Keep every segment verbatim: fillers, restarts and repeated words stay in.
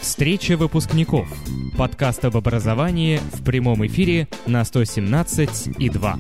Встреча выпускников. Подкаст об образовании в прямом эфире на сто семнадцать и два.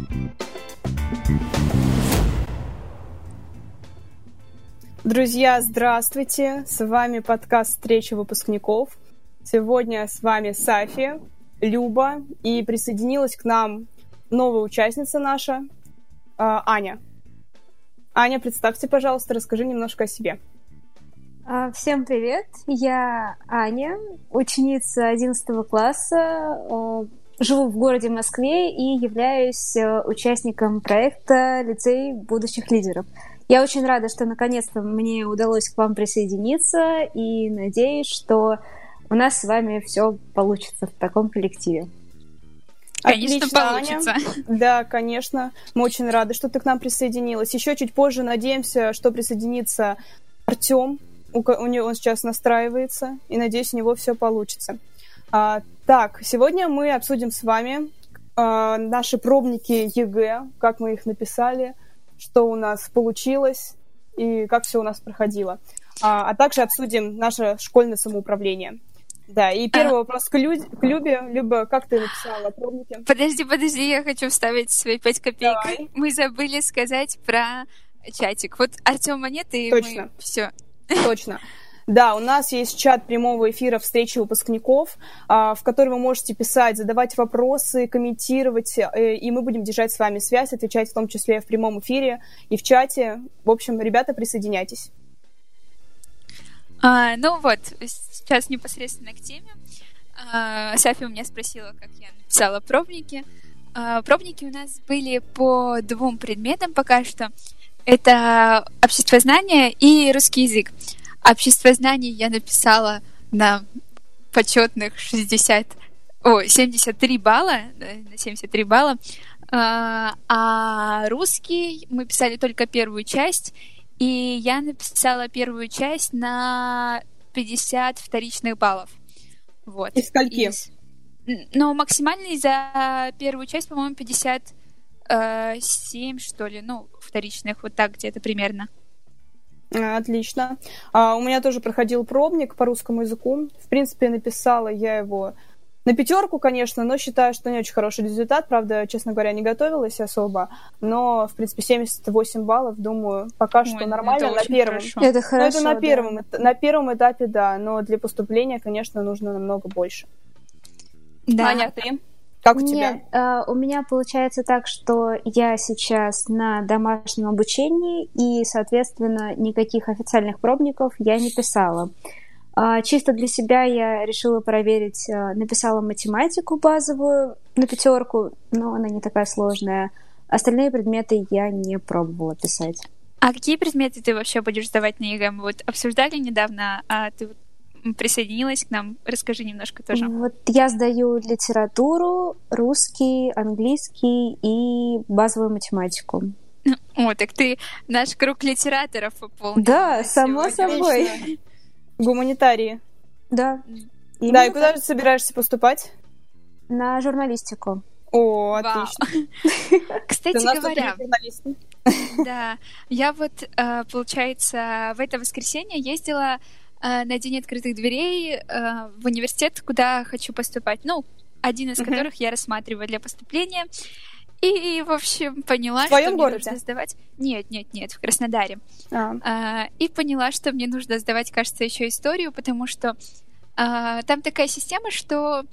Друзья, здравствуйте! С вами подкаст «Встреча выпускников». Сегодня с вами Сафия, Люба, и присоединилась к нам новая участница наша, Аня. Аня, представьте, пожалуйста, расскажи немножко о себе. Всем привет! Я Аня, ученица одиннадцатого класса, живу в городе Москве и являюсь участником проекта «Лицей будущих лидеров». Я очень рада, что наконец-то мне удалось к вам присоединиться, и надеюсь, что у нас с вами все получится в таком коллективе. Конечно, Отлично, получится. Аня. Да, конечно. Мы очень рады, что ты к нам присоединилась. Еще чуть позже надеемся, что присоединится Артем. У, у него он сейчас настраивается, и, надеюсь, у него все получится. А, так, сегодня мы обсудим с вами а, наши пробники ЕГЭ, как мы их написали, что у нас получилось и как все у нас проходило. А, а также обсудим наше школьное самоуправление. Да, и первый а... вопрос к, Лю... к Любе. Люба, как ты написала пробники? Подожди, подожди, я хочу вставить свои пять копеек. Давай. Мы забыли сказать про чатик. Вот Артема нет, и Точно. мы все. Точно. Да, у нас есть чат прямого эфира встречи выпускников, в который вы можете писать, задавать вопросы, комментировать, и мы будем держать с вами связь, отвечать в том числе в прямом эфире и в чате. В общем, ребята, присоединяйтесь. А, ну вот, сейчас непосредственно к теме. А, Сафия у меня спросила, как я написала пробники. А, пробники у нас были по двум предметам пока что. Это обществознание и русский язык. Обществознание я написала на почетных шестьдесят, о, семьдесят три балла, на семьдесят три балла. А, а русский мы писали только первую часть, и я написала первую часть на пятьдесят вторичных баллов. Вот. Из скольки? Из... Ну, максимальный за первую часть, по-моему, пятьдесят семь, что ли, ну, вторичных, вот так где-то примерно. Отлично. А, у меня тоже проходил пробник по русскому языку. В принципе, написала я его на пятерку, конечно, но считаю, что не очень хороший результат. Правда, честно говоря, не готовилась особо. Но, в принципе, семьдесят восемь баллов, думаю, пока Ой, что нормально на первом. Хорошо. Это хорошо, это на да. первом, на первом этапе, да. Но для поступления, конечно, нужно намного больше. Да. Аня, ты? Как у тебя? Нет, э, у меня получается так, что я сейчас на домашнем обучении, и, соответственно, никаких официальных пробников я не писала. А, чисто для себя я решила проверить, э, написала математику базовую на пятерку, но она не такая сложная. Остальные предметы я не пробовала писать. А какие предметы ты вообще будешь сдавать на ЕГЭ? Мы вот обсуждали недавно, а ты вот присоединилась к нам. Расскажи немножко тоже. Вот я сдаю литературу, русский, английский и базовую математику. О, так ты наш круг литераторов пополнила. Да, само сегодня. собой. Отлично. Гуманитарии. Да. Да, и куда же ты собираешься поступать? На журналистику. О, Вау. отлично. Кстати Ты у нас говоря, тут журналисты. да, я вот, получается, в это воскресенье ездила на День открытых дверей в университет, куда хочу поступать. Ну, один из uh-huh. которых я рассматриваю для поступления. И, в общем, поняла, в твоем что городе? мне нужно сдавать... Нет, нет, нет, в Краснодаре. А. А, и поняла, что мне нужно сдавать, кажется, еще историю, потому что а, там такая система, что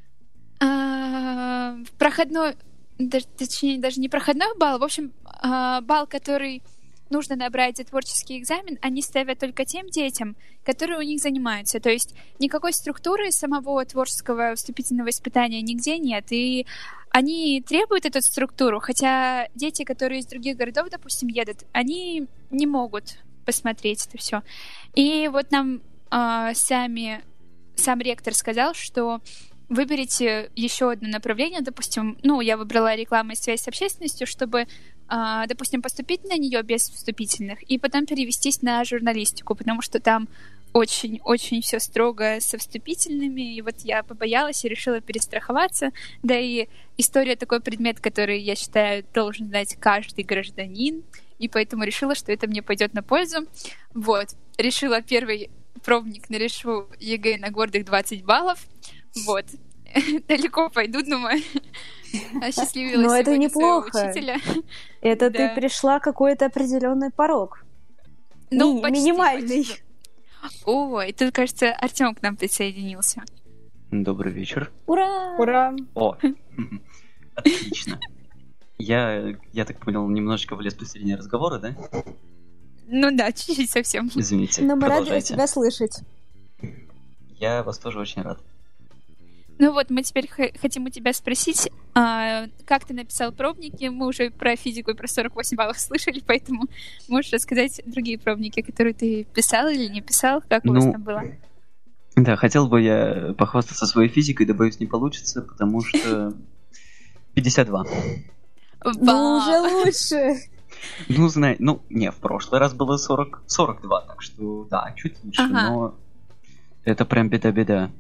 а, проходной... Даже, точнее, даже не проходной балл, в общем, а, балл, который нужно набрать за творческий экзамен, они ставят только тем детям, которые у них занимаются. То есть никакой структуры самого творческого вступительного испытания нигде нет. И они требуют эту структуру, хотя дети, которые из других городов, допустим, едут, они не могут посмотреть это все. И вот нам э, сами, сам ректор сказал, что выберите еще одно направление, допустим, ну, я выбрала рекламу и связь с общественностью, чтобы допустим, поступить на нее без вступительных и потом перевестись на журналистику, потому что там очень-очень все строго со вступительными, и вот я побоялась и решила перестраховаться, да и история такой предмет, который, я считаю, должен знать каждый гражданин, и поэтому решила, что это мне пойдет на пользу. Вот, решила первый пробник на решу ЕГЭ на гордых двадцать баллов. Вот. Далеко пойду, думаю. Осчастливилась Но это сегодня неплохо. своего учителя. Это Да. ты пришла какой-то определенный порог. Ну, Ми- почти, минимальный. почти. Ой, тут, кажется, Артем к нам присоединился. Добрый вечер. Ура! Ура! О, отлично. Я, я так понял, немножечко влез посередине разговора, да? Ну да, чуть-чуть совсем. Извините, Но мы рады продолжайте. тебя слышать. Я вас тоже очень рад. Ну вот, мы теперь х- хотим у тебя спросить, а, как ты написал пробники. Мы уже про физику и про сорок восемь баллов слышали, поэтому можешь рассказать другие пробники, которые ты писал или не писал, как у вас Ну, там было? Да, хотел бы я похвастаться своей физикой, да, боюсь, не получится, потому что пятьдесят два. Ну, Вау! уже лучше. Ну, знай, ну, не, в прошлый раз было сорок, сорок два, так что, да, чуть лучше, Ага. но это прям беда-беда.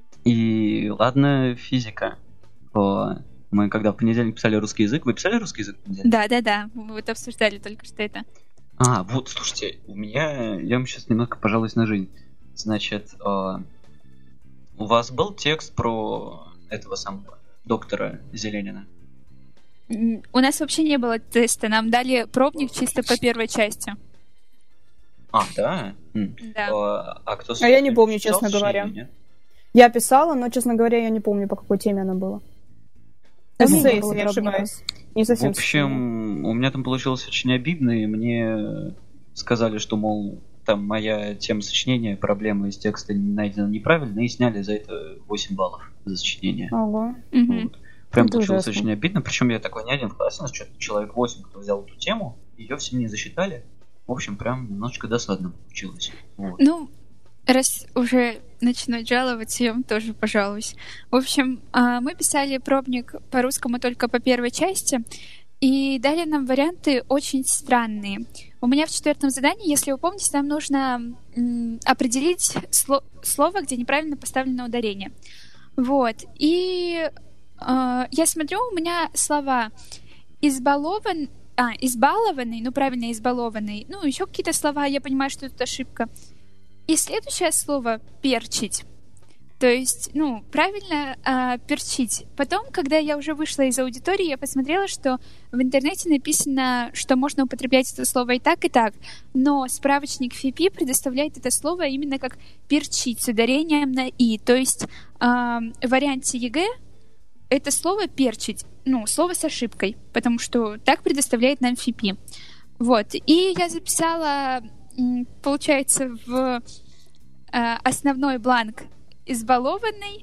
И ладно, физика. О, мы когда в понедельник писали русский язык, вы писали русский язык в понедельник? Да-да-да, мы вот обсуждали только что это. А, вот, слушайте, у меня, я вам сейчас немного пожалуюсь на жизнь. Значит, э, у вас был текст про этого самого доктора Зеленина? М, У нас вообще не было теста, нам дали пробник чисто по первой части. А, да? М. Да. Э, а кто А я не помню, писал честно говоря. сочинение, нет? Я писала, но, честно говоря, я не помню, по какой теме она была. У меня Эссе, не было если не пробника. ошибаюсь. Не В совсем. общем, у меня там получилось очень обидно, и мне сказали, что, мол, там моя тема сочинения, проблема из текста найдена неправильно, и сняли за это восемь баллов за сочинение. Ого. Мгм. Вот. Прям Это получилось ужасно. очень обидно. Причем я такой не один в классе, у нас что-то человек восемь, кто взял эту тему, ее все не засчитали. В общем, прям немножечко досадно получилось. Вот. Ну, раз уже начинать жаловаться, я вам тоже пожалуюсь. В общем, а, мы писали пробник по-русскому только по первой части, и дали нам варианты очень странные. У меня в четвертом задании, если вы помните, нам нужно м, определить сло- слово, где неправильно поставлено ударение. Вот. И а, я смотрю, у меня слова избалован, а, избалованный, ну правильно, избалованный, ну еще какие-то слова, я понимаю, что тут ошибка. И следующее слово перчить. То есть, ну, правильно а, перчить. Потом, когда я уже вышла из аудитории, я посмотрела, что в интернете написано, что можно употреблять это слово и так, и так. Но справочник ФИПИ предоставляет это слово именно как перчить с ударением на «и». То есть а, в варианте ЕГЭ это слово перчить, ну, слово с ошибкой, потому что так предоставляет нам ФИПИ. Вот. И я записала, м, получается, в э, основной бланк избалованный,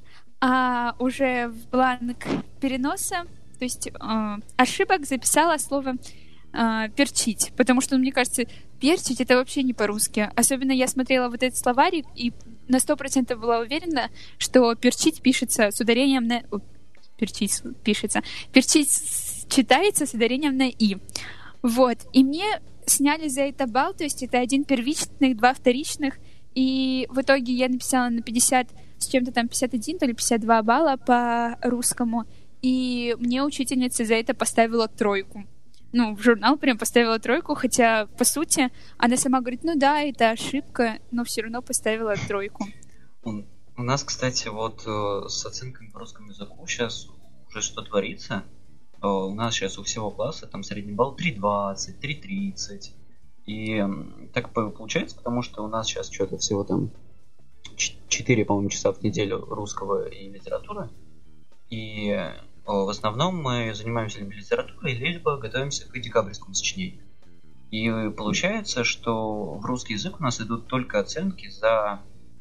а уже в бланк переноса, то есть э, ошибок, записала слово э, перчить, потому что, ну, мне кажется, перчить это вообще не по-русски. Особенно я смотрела вот этот словарик и на сто процентов была уверена, что перчить пишется с ударением на... О, перчить пишется. Перчить с- читается с ударением на «и». Вот. И мне сняли за это балл, то есть это один первичных, два вторичных, и в итоге я написала на пятьдесят с чем-то там пятьдесят один, то ли пятьдесят два балла по русскому, и мне учительница за это поставила тройку. Ну, в журнал прям поставила тройку, хотя, по сути, она сама говорит, ну да, это ошибка, но все равно поставила тройку. У у нас, кстати, вот э, с оценками по русскому языку сейчас уже что творится. Э, у нас сейчас у всего класса там средний балл три двадцать, три тридцать. И м, так по- получается, потому что у нас сейчас что-то всего там четыре, по-моему, часа в неделю русского и литературы. И э, в основном мы занимаемся либо литературой, либо готовимся к декабрьскому сочинению. И получается, что в русский язык у нас идут только оценки за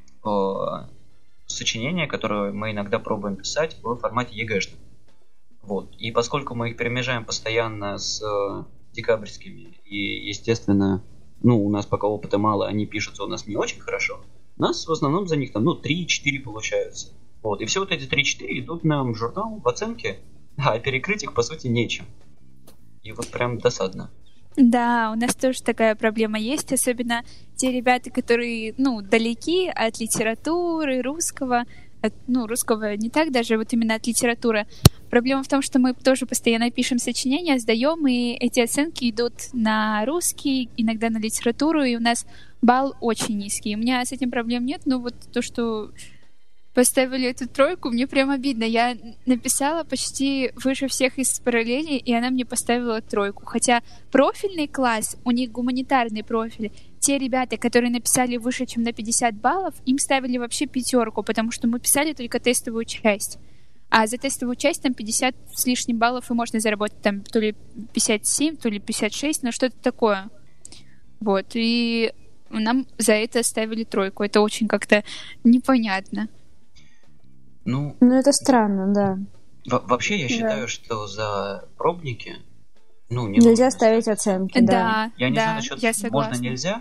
э, сочинения, которые мы иногда пробуем писать в формате ЕГЭшном. Вот. И поскольку мы их перемежаем постоянно с э, декабрьскими, и, естественно, ну, у нас пока опыта мало, они пишутся у нас не очень хорошо, у нас в основном за них там, ну, три-четыре получаются. Вот. И все вот эти три-четыре идут нам в журнал в оценке, а перекрыть их, по сути, нечем. И вот прям досадно. Да, у нас тоже такая проблема есть, особенно те ребята, которые, ну, далеки от литературы, русского, от, ну, русского не так даже, вот именно от литературы. Проблема в том, что мы тоже постоянно пишем сочинения, сдаем, и эти оценки идут на русский, иногда на литературу, и у нас балл очень низкий. У меня с этим проблем нет, но вот то, что поставили эту тройку, мне прям обидно. Я написала почти выше всех из параллели, и она мне поставила тройку. Хотя профильный класс, у них гуманитарный профиль, те ребята, которые написали выше, чем на пятьдесят баллов, им ставили вообще пятерку, потому что мы писали только тестовую часть. А за тестовую часть там пятьдесят с лишним баллов и можно заработать там то ли пятьдесят семь, то ли пятьдесят шесть, но что-то такое. Вот. И нам за это ставили тройку. Это очень как-то непонятно. Ну, Ну, это странно, да. во- вообще я Да. считаю, что за пробники, ну, не Нельзя нужно ставить ставить оценки, да. Да, Я не да, знаю насчет я согласна. можно нельзя,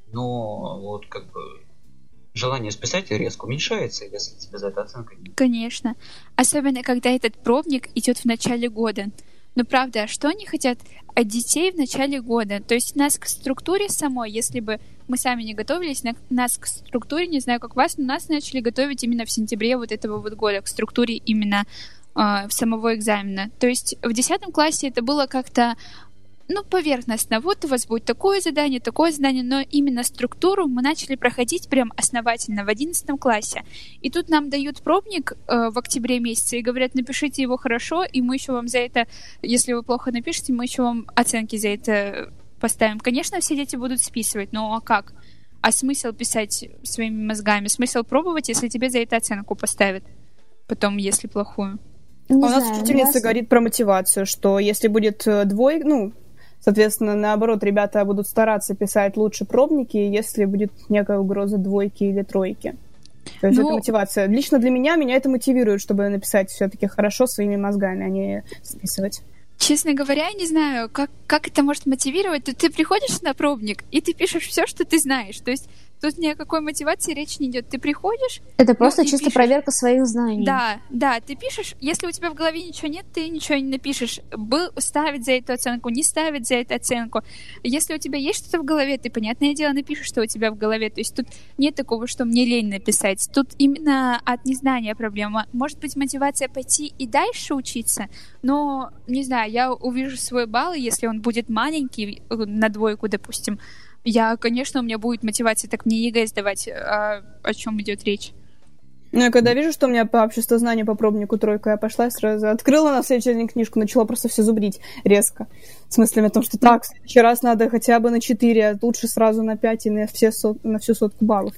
но вот как бы желание списать резко уменьшается, если тебе за это оценка не... Конечно. Особенно, когда этот пробник идет в начале года. Но правда, а что они хотят от детей в начале года? То есть нас к структуре самой, если бы мы сами не готовились, на- нас к структуре, не знаю, как вас, но нас начали готовить именно в сентябре вот этого вот года, к структуре именно э, самого экзамена. То есть в десятом классе это было как-то, ну, поверхностно. Вот у вас будет такое задание, такое задание, но именно структуру мы начали проходить прям основательно в одиннадцатом классе. И тут нам дают пробник э, в октябре месяце и говорят, напишите его хорошо, и мы еще вам за это, если вы плохо напишете, мы еще вам оценки за это поставим. Конечно, все дети будут списывать, но а как? А смысл писать своими мозгами? Смысл пробовать, если тебе за это оценку поставят? Потом, если плохую. Не А у нас знаю, учительница у нас- говорит про мотивацию, что если будет э, двой, ну, соответственно, наоборот, ребята будут стараться писать лучше пробники, если будет некая угроза двойки или тройки. То есть Ну- это мотивация. Лично для меня, меня это мотивирует, чтобы написать все-таки хорошо своими мозгами, а не списывать. Честно говоря, я не знаю, как, как это может мотивировать. Тут ты приходишь на пробник, и ты пишешь все, что ты знаешь. То есть тут ни о какой мотивации речи не идет. Ты приходишь, Это просто и чисто пишешь. проверка своих знаний. да, да, ты пишешь, если у тебя в голове ничего нет, ты ничего не напишешь. Был ставить за эту оценку, не ставить за эту оценку. Если у тебя есть что-то в голове, ты, понятное дело, напишешь, что у тебя в голове. То есть тут нет такого, что мне лень написать. Тут именно от незнания проблема. Может быть, мотивация пойти и дальше учиться, но, не знаю, я увижу свой балл, и если он будет маленький, э, на двойку, допустим, я, конечно, у меня будет мотивация так мне ЕГЭ сдавать. А о чем идет речь? Ну, я когда вижу, что у меня по обществознанию по пробнику тройка, я пошла и сразу открыла на следующий день книжку, начала просто все зубрить резко. В смысле, о том, что так, в следующий раз надо хотя бы на четыре, а лучше сразу на пять и на, все сот- на всю сотку баллов.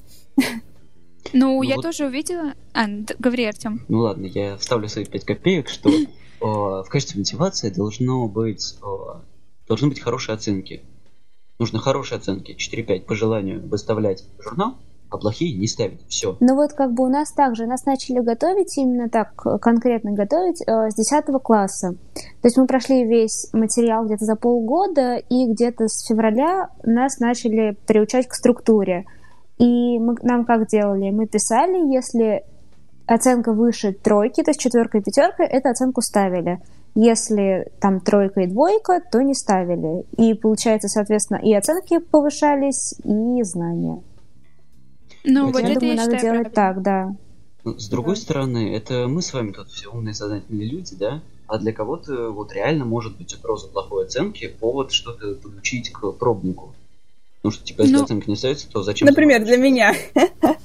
Ну, Ну я вот- тоже увидела... А, д- говори, Артем. Ну ладно, я вставлю свои пять копеек, что э, в качестве мотивации должно быть, э, должны быть хорошие оценки. Нужно хорошие оценки, четыре-пять по желанию выставлять в журнал, а плохие не ставить. Все. Ну вот как бы у нас также, нас начали готовить, именно так э, конкретно готовить э, с десятого класса. То есть мы прошли весь материал где-то за полгода, и где-то с февраля нас начали приучать к структуре. И мы, нам как делали? Мы писали, если оценка выше тройки, то есть четверка и пятерка, эту оценку ставили. Если там тройка и двойка, то не ставили. И получается, соответственно, и оценки повышались, и знания. Ну, Я вот Я это думаю, я надо считаю делать правильно. так, да. Ну, С другой стороны, это мы с вами тут все умные сознательные люди, да? А для кого-то вот реально может быть угроза плохой оценки, повод что-то подучить к пробнику. Потому что, типа, если Ну, оценка не ставится, то зачем... Например, для заниматься? меня.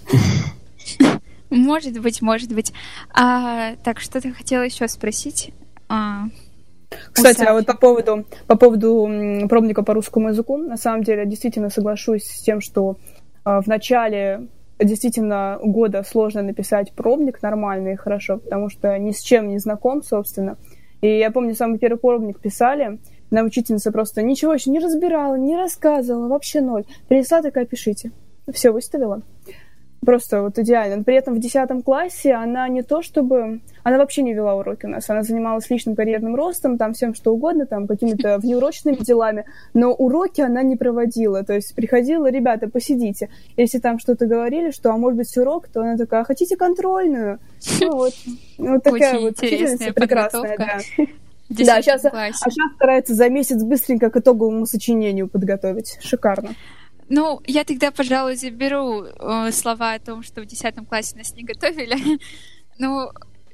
Может быть, может быть. А, так, что-то хотела еще спросить. А, Кстати, Усач. а вот по поводу, по поводу м, пробника по русскому языку, на самом деле, действительно соглашусь с тем, что а, в начале действительно года сложно написать пробник нормально и хорошо, потому что ни с чем не знаком, собственно. И я помню, самый первый пробник писали, нам учительница просто ничего еще не разбирала, не рассказывала, вообще ноль. Принесла такая, пишите. Все, выставила. Просто вот идеально. При этом в десятом классе она не то чтобы... Она вообще не вела уроки у нас. Она занималась личным карьерным ростом, там всем что угодно, там какими-то внеурочными делами. Но уроки она не проводила. То есть приходила, ребята, посидите. Если там что-то говорили, что, а может быть, урок, то она такая, а хотите контрольную? Ну вот. Вот такая Очень вот учительница интересная прекрасная, подготовка. да. в Да, десятом сейчас, а классе. сейчас старается за месяц быстренько к итоговому сочинению подготовить. Шикарно. Ну, я тогда, пожалуй, заберу э, слова о том, что в десятом классе нас не готовили. Ну,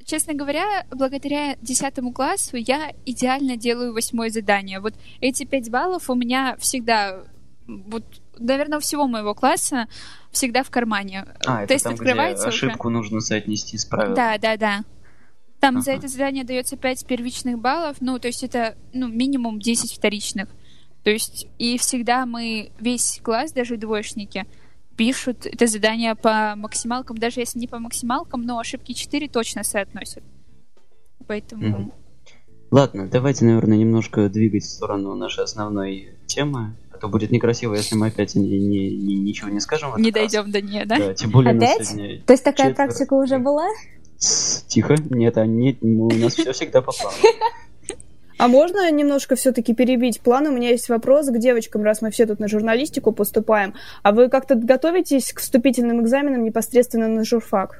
честно говоря, благодаря десятому классу я идеально делаю восьмое задание. Вот эти пять баллов у меня всегда, вот, наверное, у всего моего класса всегда в кармане. А, это Тест там, открывается где ошибку уже. нужно соотнести с правилом. Да, да, да. Там Ага. за это задание дается пять первичных баллов, ну, то есть это, ну, минимум десять вторичных. То есть и всегда мы, весь класс, даже двоечники, пишут это задание по максималкам, даже если не по максималкам, но ошибки четыре точно соотносят. Поэтому... Мгм. Ладно, давайте, наверное, немножко двигать в сторону нашей основной темы, а то будет некрасиво, если мы опять не, не- не- ничего не скажем. в этот Не раз. дойдем до нее, да? Да, тем более у нас Опять? сегодня То есть такая четверо. практика уже была? С- Тихо, нет, а нет, у нас все всегда по плану. А можно немножко все-таки перебить план? У меня есть вопрос к девочкам, раз мы все тут на журналистику поступаем. А вы как-то готовитесь к вступительным экзаменам непосредственно на журфак?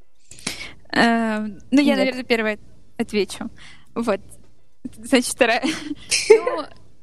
Э, Ну, я, Нет. наверное, первая отвечу. Вот. Значит, вторая. Ну,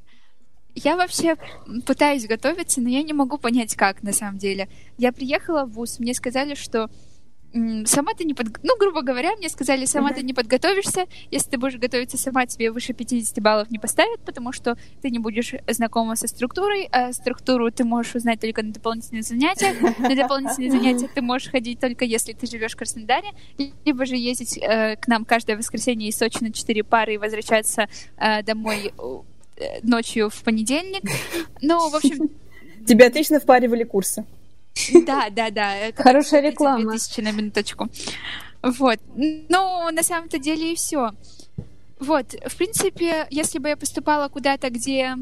я вообще пытаюсь готовиться, но я не могу понять, как на самом деле. Я приехала в вуз, мне сказали, что м, сама ты не под... Ну, грубо говоря, мне сказали, сама ты не подготовишься. Если ты будешь готовиться сама, тебе выше пятьдесят баллов не поставят, потому что ты не будешь знакома со структурой, а структуру ты можешь узнать только на дополнительных занятиях. На дополнительные занятия ты можешь ходить только если ты живешь в Краснодаре, либо же ездить э, к нам каждое воскресенье из Сочи на четыре пары и возвращаться э, домой э, ночью в понедельник. Ну, в общем, Тебе отлично впаривали курсы. да, да, да. это Хорошая эти реклама. две тысячи на минуточку. Вот. Ну, на самом-то деле и все. Вот. В принципе, если бы я поступала куда-то, где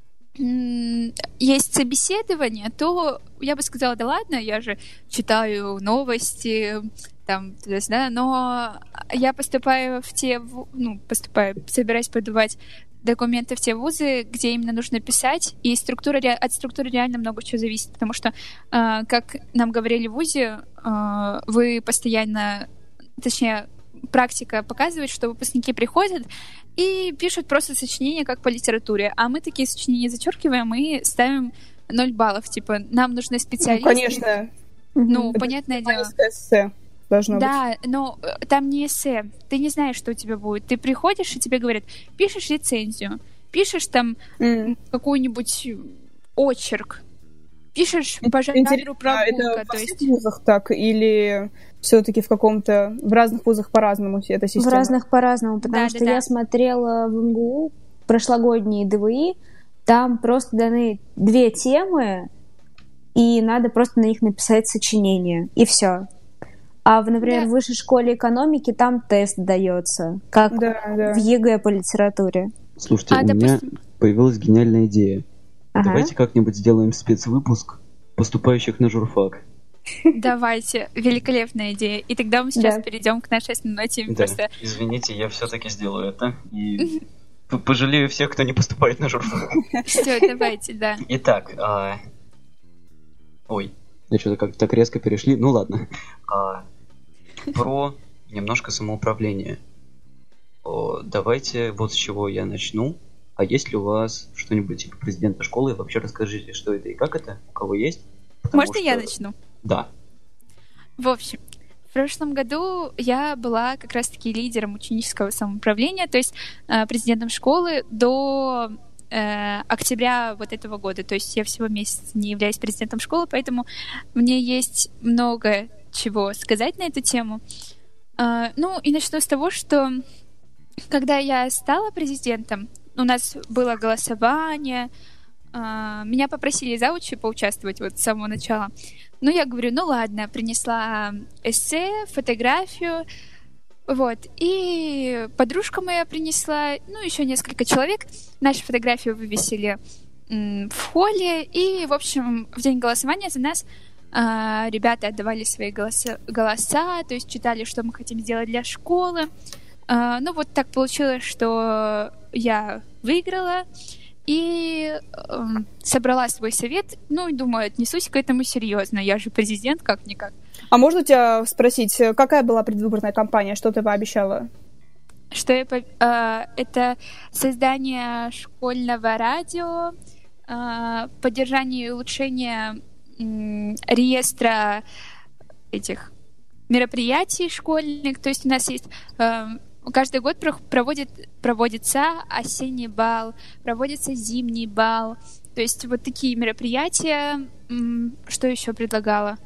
м, есть собеседование, то я бы сказала, да ладно, я же читаю новости, там, туда-сюда, но я поступаю в те, ву- ну, поступаю, собираюсь подавать документы в те вузы, где именно нужно писать, и структура, ре- от структуры реально много чего зависит, потому что, э, как нам говорили в вузе, э, вы постоянно, точнее, практика показывает, что выпускники приходят и пишут просто сочинения, как по литературе, а мы такие сочинения зачеркиваем и ставим ноль баллов, типа, нам нужны Ну, специалисты. конечно. Ну, Это понятное дело. Майское эссе должно быть. Да, но э, там не эссе. Ты не знаешь, что у тебя будет. Ты приходишь, и тебе говорят, пишешь рецензию, пишешь там М. какой-нибудь очерк, пишешь по Интересно, жанру а прогулка. это То во всех есть вузах так? Или все-таки в каком-то... В разных вузах по-разному эта В система? разных по-разному, потому Да, что да, да. я смотрела в МГУ прошлогодние ДВИ, там просто даны две темы, и надо просто на них написать сочинение, и все. А, в, например, Да. в высшей школе экономики там тест дается, как Да, да. в ЕГЭ по литературе. Слушайте, А, у меня допустим- появилась гениальная идея. Ага. Давайте как-нибудь сделаем спецвыпуск поступающих на журфак. давайте, великолепная идея. И тогда мы сейчас Да. перейдем к нашей основной теме. Да. Просто Извините, я все-таки сделаю это. И п- пожалею всех, кто не поступает на журфак. все, давайте, да. Итак, а, ой, я что-то как-то так резко перешли. Ну ладно. А, Про немножко самоуправление. О, Давайте вот с чего я начну. А есть ли у вас что-нибудь типа президента школы? Вообще расскажите, что это и как это, у кого есть. Потому Можно я что- начну? Да. В общем, в прошлом году я была как раз-таки лидером ученического самоуправления, то есть э, президентом школы до э, октября вот этого года. То есть я всего месяц не являюсь президентом школы, поэтому мне есть много чего сказать на эту тему. Э, ну и начну с того, что когда я стала президентом, у нас было голосование, э, меня попросили заучи поучаствовать вот с самого начала. Ну, я говорю, ну ладно, принесла эссе, фотографию, вот, и подружка моя принесла, ну, еще несколько человек, нашу фотографию вывесили м, в холле, и, в общем, в день голосования за нас а, ребята отдавали свои голоса, голоса, то есть читали, что мы хотим сделать для школы. А, ну, вот так получилось, что я выиграла, и эм, собрала свой совет, ну и думаю, отнесусь к этому серьезно. Я же президент, как-никак. А можно тебя спросить, какая была предвыборная кампания? Что ты пообещала? Что я по- э, это создание школьного радио, э, поддержание и улучшение м, реестра этих мероприятий школьных. То есть у нас есть... Э, каждый год проводит, проводится осенний бал, проводится зимний бал. То есть вот такие мероприятия. Что еще предлагала?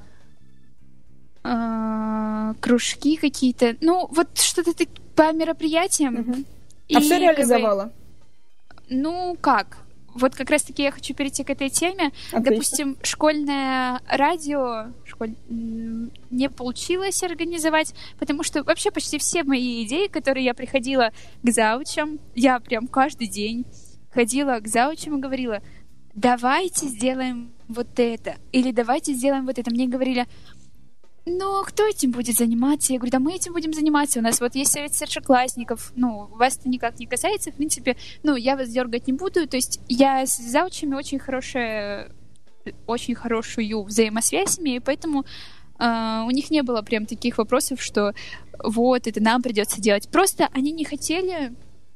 Э, кружки какие-то. Ну, вот что-то по мероприятиям. Угу. И, а все реализовала? Как бы, ну, как? Вот как раз-таки я хочу перейти к этой теме. Отлично. Допустим, школьное радио школь... не получилось организовать, потому что вообще почти все мои идеи, которые я приходила к заучам, я прям каждый день ходила к заучам и говорила: давайте сделаем вот это, или давайте сделаем вот это. Мне говорили: ну, кто этим будет заниматься? Я говорю: да мы этим будем заниматься. У нас вот есть совет старшеклассников. Ну, вас это никак не касается. В принципе, ну, я вас дергать не буду. То есть я с заучами очень хорошая, очень хорошую взаимосвязь имею, поэтому э, у них не было прям таких вопросов, что вот, это нам придется делать. Просто они не хотели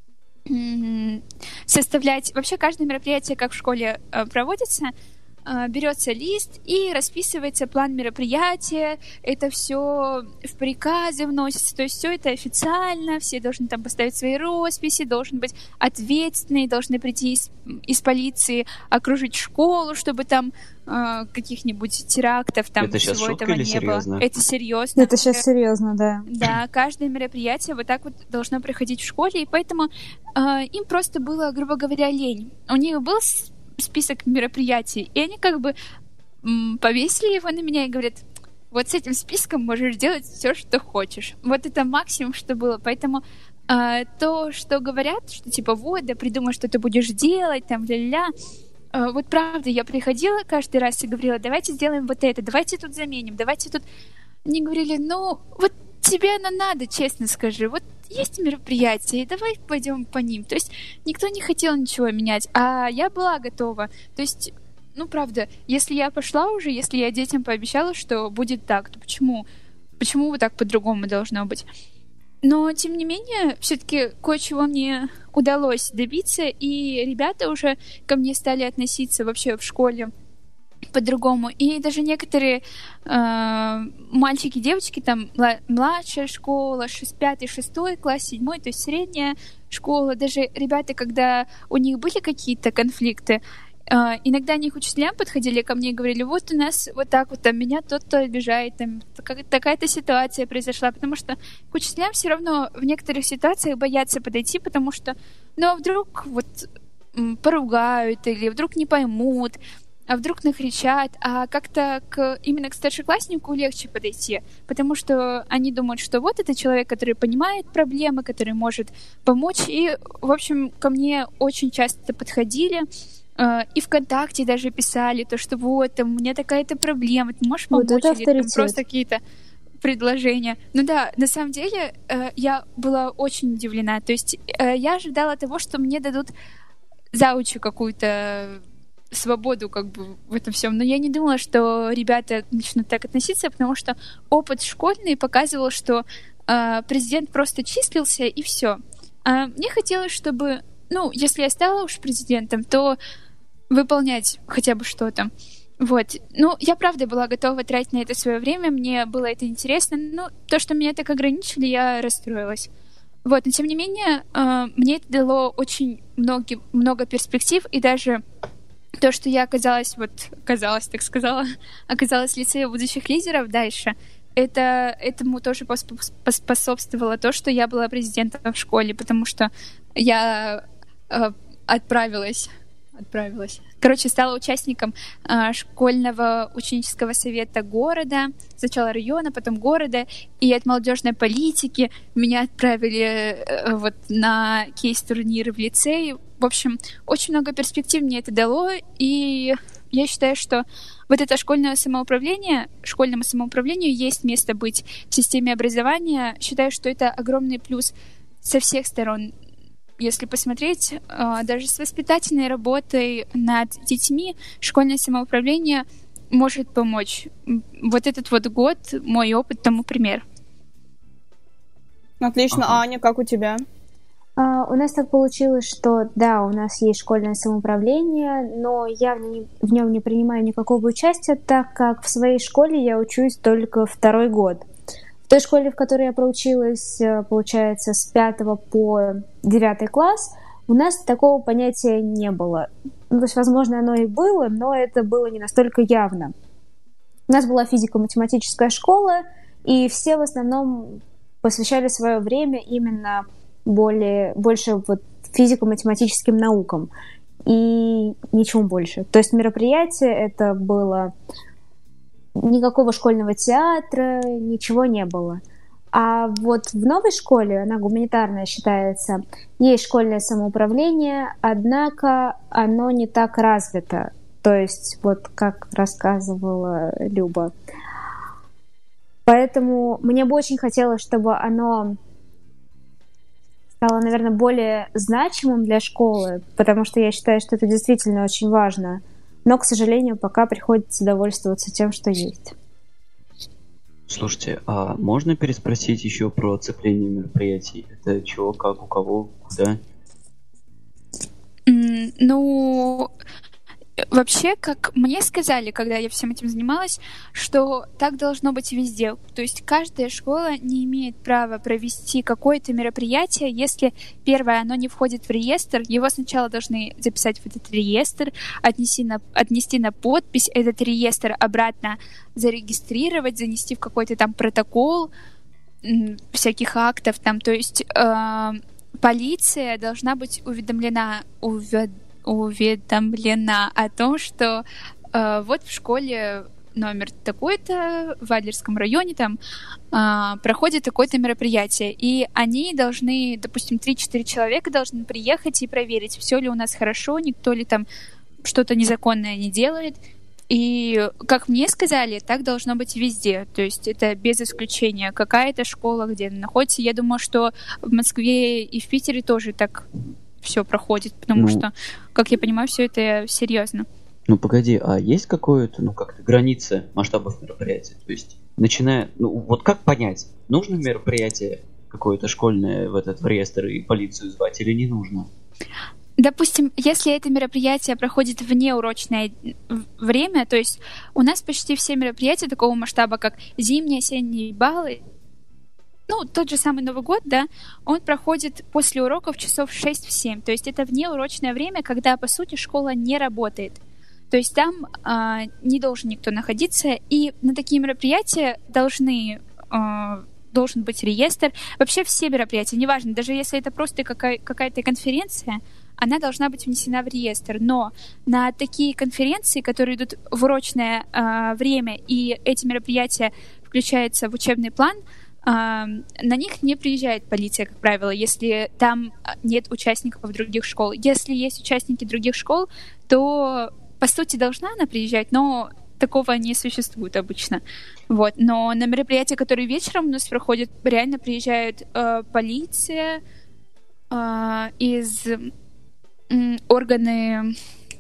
м- составлять... Вообще, каждое мероприятие, как в школе э, проводится, берется лист и расписывается план мероприятия, это все в приказы вносится, то есть все это официально, все должны там поставить свои росписи, должен быть ответственный, должны прийти из, из полиции, окружить школу, чтобы там э, каких-нибудь терактов там это всего шутка этого или не серьезно? было. Это серьезно. Это сейчас серьезно, да. Да, каждое мероприятие вот так вот должно проходить в школе, и поэтому э, им просто было, грубо говоря, лень. У них был список мероприятий, и они как бы м, повесили его на меня и говорят: вот с этим списком можешь делать все, что хочешь. Вот это максимум, что было. Поэтому э, то, что говорят, что типа вот, да придумай, что ты будешь делать, там, ля-ля-ля. Э, вот правда, я приходила каждый раз и говорила: давайте сделаем вот это, давайте тут заменим, давайте тут... Они говорили: ну, вот тебе оно надо, честно скажи. Вот есть мероприятия, давай пойдем по ним. То есть никто не хотел ничего менять, а я была готова. То есть, ну, правда, если я пошла уже, если я детям пообещала, что будет так, то почему, почему вот так по-другому должно быть? Но, тем не менее, все-таки кое-чего мне удалось добиться, и ребята уже ко мне стали относиться вообще в школе по-другому. И даже некоторые э, мальчики, девочки, там младшая школа, пятый, шестой класс, седьмой, то есть средняя школа, даже ребята, когда у них были какие-то конфликты, э, иногда они к учителям подходили ко мне и говорили: вот у нас вот так вот, там меня тот-то обижает, там такая-то ситуация произошла, потому что к учителям все равно в некоторых ситуациях боятся подойти, потому что, ну, а вдруг вот м, поругают или вдруг не поймут, а вдруг накричат, а как-то к, именно к старшекласснику легче подойти, потому что они думают, что вот это человек, который понимает проблемы, который может помочь, и, в общем, ко мне очень часто подходили, э, и ВКонтакте даже писали, то, что вот, там, у меня такая-то проблема, ты можешь помочь, вот или там просто какие-то предложения. Ну да, на самом деле, э, я была очень удивлена, то есть э, я ожидала того, что мне дадут заучу какую-то свободу как бы в этом всем. Но я не думала, что ребята начнут так относиться, потому что опыт школьный показывал, что э, президент просто числился, и все. А мне хотелось, чтобы, ну, если я стала уж президентом, то выполнять хотя бы что-то. Вот. Ну, я правда была готова тратить на это свое время, мне было это интересно, но то, что меня так ограничили, я расстроилась. Вот. Но тем не менее, э, мне это дало очень много, много перспектив, и даже то, что я оказалась, вот, оказалась, так сказала, оказалась в лице будущих лидеров дальше, это, этому тоже поспособствовало то, что я была президентом в школе, потому что я э, отправилась, отправилась, короче, стала участником э, школьного ученического совета города, сначала района, потом города, и от молодежной политики меня отправили э, вот на кейс-турниры в лицей. В общем, очень много перспектив мне это дало, и я считаю, что вот это школьное самоуправление, школьному самоуправлению есть место быть в системе образования. Считаю, что это огромный плюс со всех сторон. Если посмотреть, даже с воспитательной работой над детьми школьное самоуправление может помочь. Вот этот вот год, мой опыт тому пример. Отлично. Ага. Аня, как у тебя? Uh, у нас так получилось, что да, у нас есть школьное самоуправление, но я в, не, в нем не принимаю никакого участия, так как в своей школе я учусь только второй год. той школе, в которой я проучилась, получается, с пятого по девятый класс, у нас такого понятия не было. Ну, то есть, возможно, оно и было, но это было не настолько явно. У нас была физико-математическая школа, и все в основном посвящали свое время именно более, больше вот физико-математическим наукам и ничему больше. То есть мероприятие это было... Никакого школьного театра, ничего не было. А вот в новой школе, она гуманитарная считается, есть школьное самоуправление, однако оно не так развито. То есть, вот как рассказывала Люба. Поэтому мне бы очень хотелось, чтобы оно стало, наверное, более значимым для школы, потому что я считаю, что это действительно очень важно. Но, к сожалению, пока приходится довольствоваться тем, что есть. Слушайте, а можно переспросить еще про оцепление мероприятий? Это чего, как, у кого, куда? Mm, ну, вообще, как мне сказали, когда я всем этим занималась, что так должно быть везде. То есть каждая школа не имеет права провести какое-то мероприятие, если, первое, оно не входит в реестр, его сначала должны записать в этот реестр, отнести на, отнести на подпись, этот реестр обратно зарегистрировать, занести в какой-то там протокол всяких актов. Там. То есть э, полиция должна быть уведомлена, уведомлена, уведомлена о том, что э, вот в школе номер такой-то в Адлерском районе там э, проходит такое-то мероприятие, и они должны, допустим, три-четыре человека должны приехать и проверить, все ли у нас хорошо, никто ли там что-то незаконное не делает. И, как мне сказали, так должно быть везде. То есть это без исключения. Какая-то школа, где она находится. Я думаю, что в Москве и в Питере тоже так все проходит, потому ну, что, как я понимаю, все это серьезно. Ну погоди, а есть какое-то, ну как-то граница масштабов мероприятия? То есть, начиная, ну вот как понять, нужно мероприятие какое-то школьное в этот в реестр и полицию звать или не нужно? Допустим, если это мероприятие проходит в неурочное время, то есть у нас почти все мероприятия такого масштаба, как зимние, осенние баллы, ну, тот же самый Новый год, да, он проходит после уроков часов шесть-семь, то есть это внеурочное время, когда, по сути, школа не работает. То есть там э, не должен никто находиться, и на такие мероприятия должны... Э, должен быть реестр. Вообще все мероприятия, неважно, даже если это просто какая- какая-то конференция, она должна быть внесена в реестр. Но на такие конференции, которые идут в урочное э, время, и эти мероприятия включаются в учебный план, э, на них не приезжает полиция, как правило, если там нет участников других школ. Если есть участники других школ, то, по сути, должна она приезжать, но такого не существует обычно. Вот. Но на мероприятия, которые вечером у нас проходят, реально приезжает э, полиция э, из э, органы...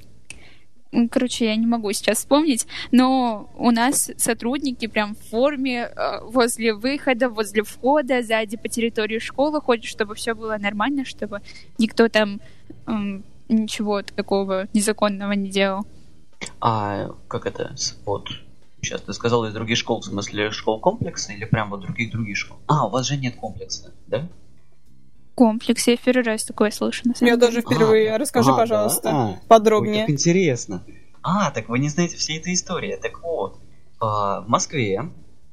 Короче, я не могу сейчас вспомнить, но у нас сотрудники прям в форме э, возле выхода, возле входа, сзади по территории школы ходят, чтобы все было нормально, чтобы никто там э, ничего такого незаконного не делал. А как это, вот, сейчас ты сказала из других школ, в смысле школ комплекса или прям вот других-других школ? А, у вас же нет комплекса, да? Комплекс, я в первый раз такое слышу. На самом я деле. тоже впервые. А, Расскажи, а, пожалуйста, да? а, подробнее. Ой, как интересно. А, так вы не знаете всей этой истории. Так вот, в Москве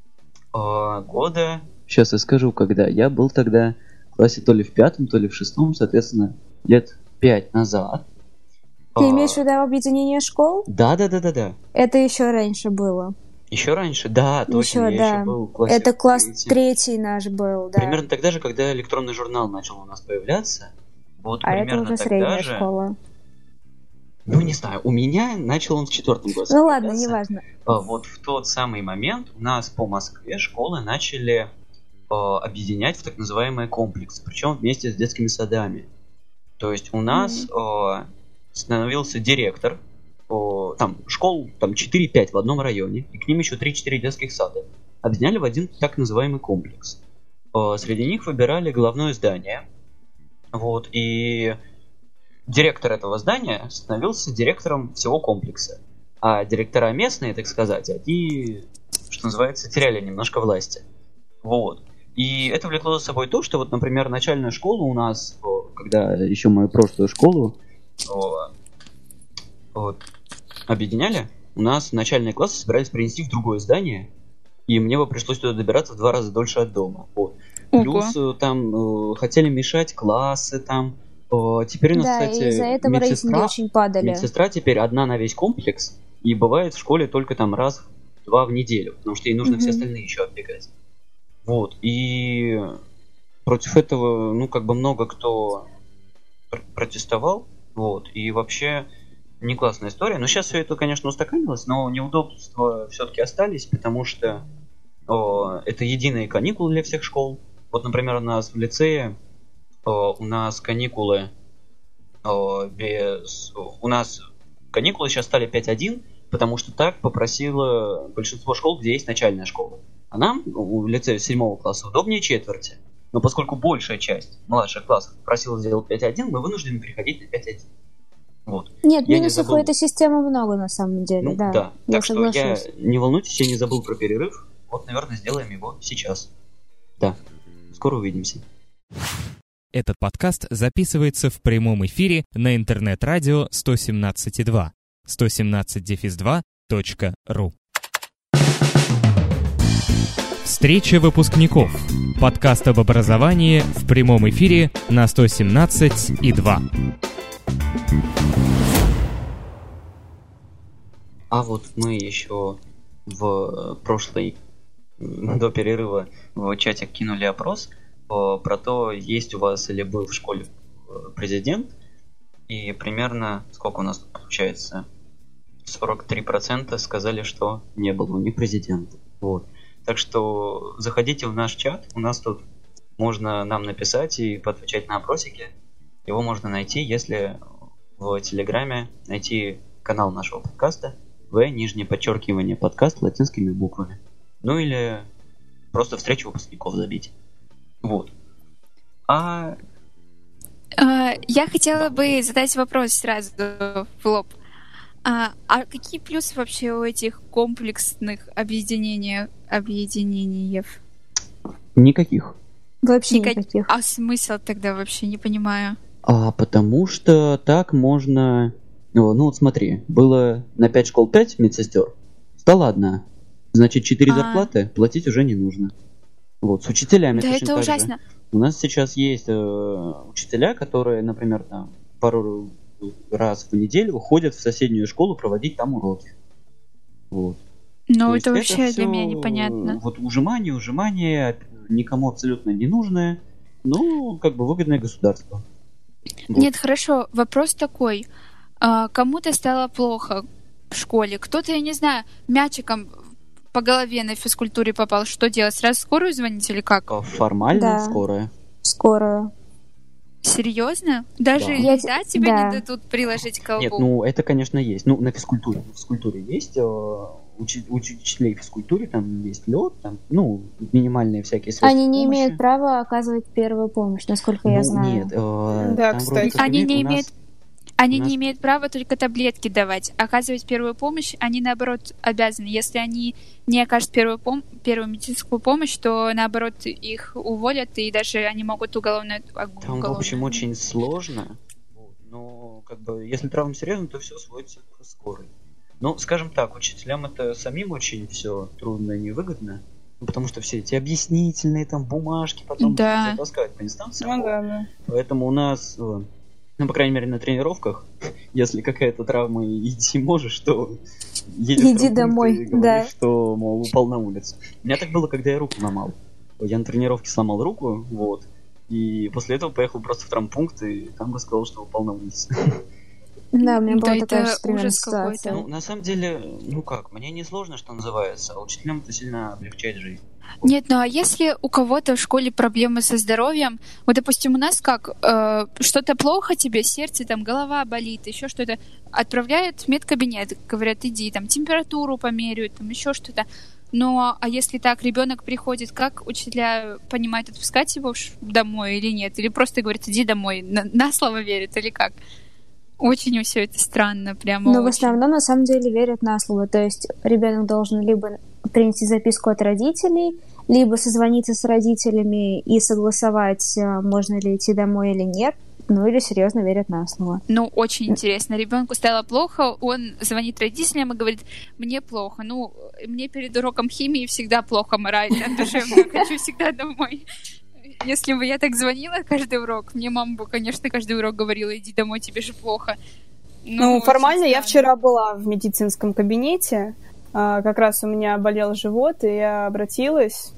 года... Сейчас я скажу, когда. Я был тогда в классе то ли в пятом, то ли в шестом, соответственно, лет пять назад. Ты а... имеешь в виду объединение школ? Да, да, да, да, да. Это еще раньше было. Еще раньше, да, точно. Еще, я да. еще был в классе. Это класс третий наш был, да. Примерно тогда же, когда электронный журнал начал у нас появляться. Вот а примерно это уже тогда средняя же... школа. Ну, не знаю, у меня начал он в четвертом классе. Ну ладно, неважно. Вот в тот самый момент у нас по Москве школы начали э, объединять в так называемые комплексы, причем вместе с детскими садами. То есть у нас mm-hmm. э, становился директор, э, там школ там четыре-пять в одном районе, и к ним еще три-четыре детских сада. Объединяли в один так называемый комплекс. Э, среди них выбирали главное здание. Вот, и директор этого здания становился директором всего комплекса. А директора местные, так сказать, они, что называется, теряли немножко власти. Вот. И это влекло за собой то, что вот, например, начальная школа у нас, когда еще мою прошлую школу вот, объединяли, у нас начальные классы собирались перенести в другое здание, и мне бы пришлось туда добираться в два раза дольше от дома. Вот. Плюс там э, хотели мешать классы, там. Э, теперь у нас, да, кстати, из-за этого рейтинги очень падали. Медсестра теперь одна на весь комплекс, и бывает в школе только там раз-два в неделю, потому что ей нужно mm-hmm. все остальные еще оббегать. Вот, и против этого, ну, как бы много кто пр- протестовал, вот, и вообще не классная история. Но сейчас все это, конечно, устаканилось, но неудобства все-таки остались, потому что о, это единые каникулы для всех школ. Вот, например, у нас в лицее о, у нас каникулы о, без... У нас каникулы сейчас стали пять один, потому что так попросило большинство школ, где есть начальная школа. А нам, в лицее седьмого класса, удобнее четверти. Но поскольку большая часть младших классов просила сделать пять один, мы вынуждены переходить на пять один. Вот. Нет, я минусов не забыл... у этой системы много на самом деле. Ну, да, да. Я так соглашусь. что я, не волнуйтесь, я не забыл про перерыв. Вот, наверное, сделаем его сейчас. Да. Скоро увидимся. Этот подкаст записывается в прямом эфире на интернет-радио сто семнадцать и два. сто семнадцать два точка ру. Встреча выпускников. Подкаст об образовании в прямом эфире на сто семнадцать и два. А вот мы еще в прошлый, до перерыва, в чатик кинули опрос про то, есть у вас или был в школе президент. И примерно, сколько у нас получается, сорок три процента сказали, что не было у них президента. Вот. Так что заходите в наш чат, у нас тут можно нам написать и поотвечать на опросики. Его можно найти, если в Телеграме найти канал нашего подкаста в нижнее подчеркивание подкаст латинскими буквами. Ну или просто встречу выпускников забить. Вот. А... а я хотела бы задать вопрос сразу в лоб. А, а какие плюсы вообще у этих комплексных объединений? объединений? Никаких. Вообще Никак... никаких. А смысл тогда вообще не понимаю. А потому что так можно... Ну, ну вот смотри, было на пять школ пять медсестер, стала одна. Значит, четыре А. зарплаты платить уже не нужно. Вот, с учителями Да, точно это так же. ужасно. У нас сейчас есть э, учителя, которые, например, там, пару раз в неделю ходят в соседнюю школу проводить там уроки. Вот. Ну, То это есть вообще всё, для меня непонятно. Вот ужимание, ужимание, никому абсолютно не нужное, ну, как бы выгодное государство. Вот. Нет, хорошо, вопрос такой. А, кому-то стало плохо в школе, кто-то, я не знаю, мячиком по голове на физкультуре попал, что делать? Сразу скорую звонить или как? Формально Да. скорая. Скорую. Серьезно? Даже Да. льда тебе Да. не дадут приложить к колбу? Нет, ну это, конечно, есть. Ну, на физкультуре. На физкультуре есть. э, учи- учителей физкультуре там есть лед, там, ну, минимальные всякие средства Они не помощи. имеют права оказывать первую помощь, насколько я Ну, знаю. Нет, э, Да, там кстати. вроде как Они у не нас- имеют- Они у нас- не имеют права только таблетки давать. Оказывать первую помощь они, наоборот, обязаны. Если они не окажут первую, пом- первую медицинскую помощь, то, наоборот, их уволят, и даже они могут уголовно... Там, в общем, очень сложно. Вот, но, как бы, если травма серьезная, то все сводится к скорой. Ну, скажем так, учителям это самим очень все трудно и невыгодно. Ну, потому что все эти объяснительные там бумажки потом Да. затаскивать по инстанциям. Ну да, да. Поэтому у нас, э, ну, по крайней мере, на тренировках, если какая-то травма и идти можешь, то едешь Иди в травмпункт домой, и говоришь, да. что, мол, упал на улице. У меня так было, когда я руку ломал. Я на тренировке сломал руку, вот, и после этого поехал просто в травмпункт, и там рассказал, что упал на улице. Да, у меня Да, была это такая же примерно ужас какой-то. ситуация. Ну, на самом деле, ну как, мне не сложно, что называется, а учителям это сильно облегчает жизнь. Нет, ну а если у кого-то в школе проблемы со здоровьем, вот, допустим, у нас как, э, что-то плохо тебе, сердце, там, голова болит, еще что-то, отправляют в медкабинет, говорят, иди, там, температуру померяют, там, еще что-то. Но, а если так, ребенок приходит, как учителя понимают, отпускать его домой или нет? Или просто говорят, иди домой, на, на слово верят, или как? Очень все это странно, прямо Но в очень. основном, на самом деле, верят на слово. То есть ребенок должен либо принести записку от родителей, либо созвониться с родителями и согласовать, можно ли идти домой или нет, ну или серьезно верят на слово. Ну, очень интересно. Ребенку стало плохо, он звонит родителям и говорит: мне плохо. Ну, мне перед уроком химии всегда плохо морально, душевно, хочу всегда домой. Если бы я так звонила каждый урок, мне мама бы, конечно, каждый урок говорила: иди домой, тебе же плохо. Ну, ну формально я вчера была в медицинском кабинете, как раз у меня болел живот, и я обратилась,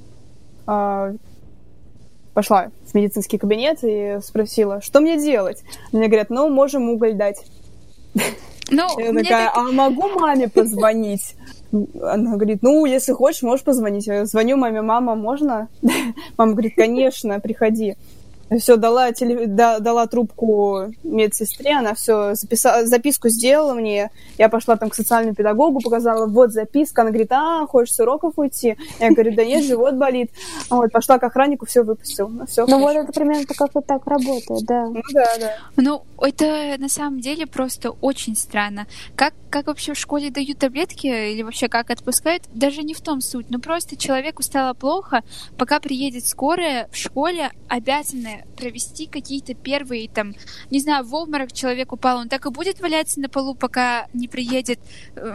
пошла в медицинский кабинет и спросила, что мне делать. Мне говорят: ну, можем уголь дать. Ну, я такая: так... а могу маме позвонить? Она говорит: ну, если хочешь, можешь позвонить. Я звоню маме: мама, можно? Мама говорит: конечно, приходи. Все, дала, теле... дала трубку медсестре, она все записала, записку сделала мне. Я пошла там к социальному педагогу, показала: вот записка. Она говорит: а, хочешь с уроков уйти? Я говорю: да нет, живот болит. Вот, пошла к охраннику, все выпустил. Ну, всё, ну вот это примерно как-то так работает, да. Ну да, да. Ну, это на самом деле просто очень странно. Как, как вообще в школе дают таблетки или вообще как отпускают, даже не в том суть. Ну просто человеку стало плохо, пока приедет скорая, в школе обязаны провести какие-то первые, там, не знаю, в обморок человек упал, он так и будет валяться на полу, пока не приедет э,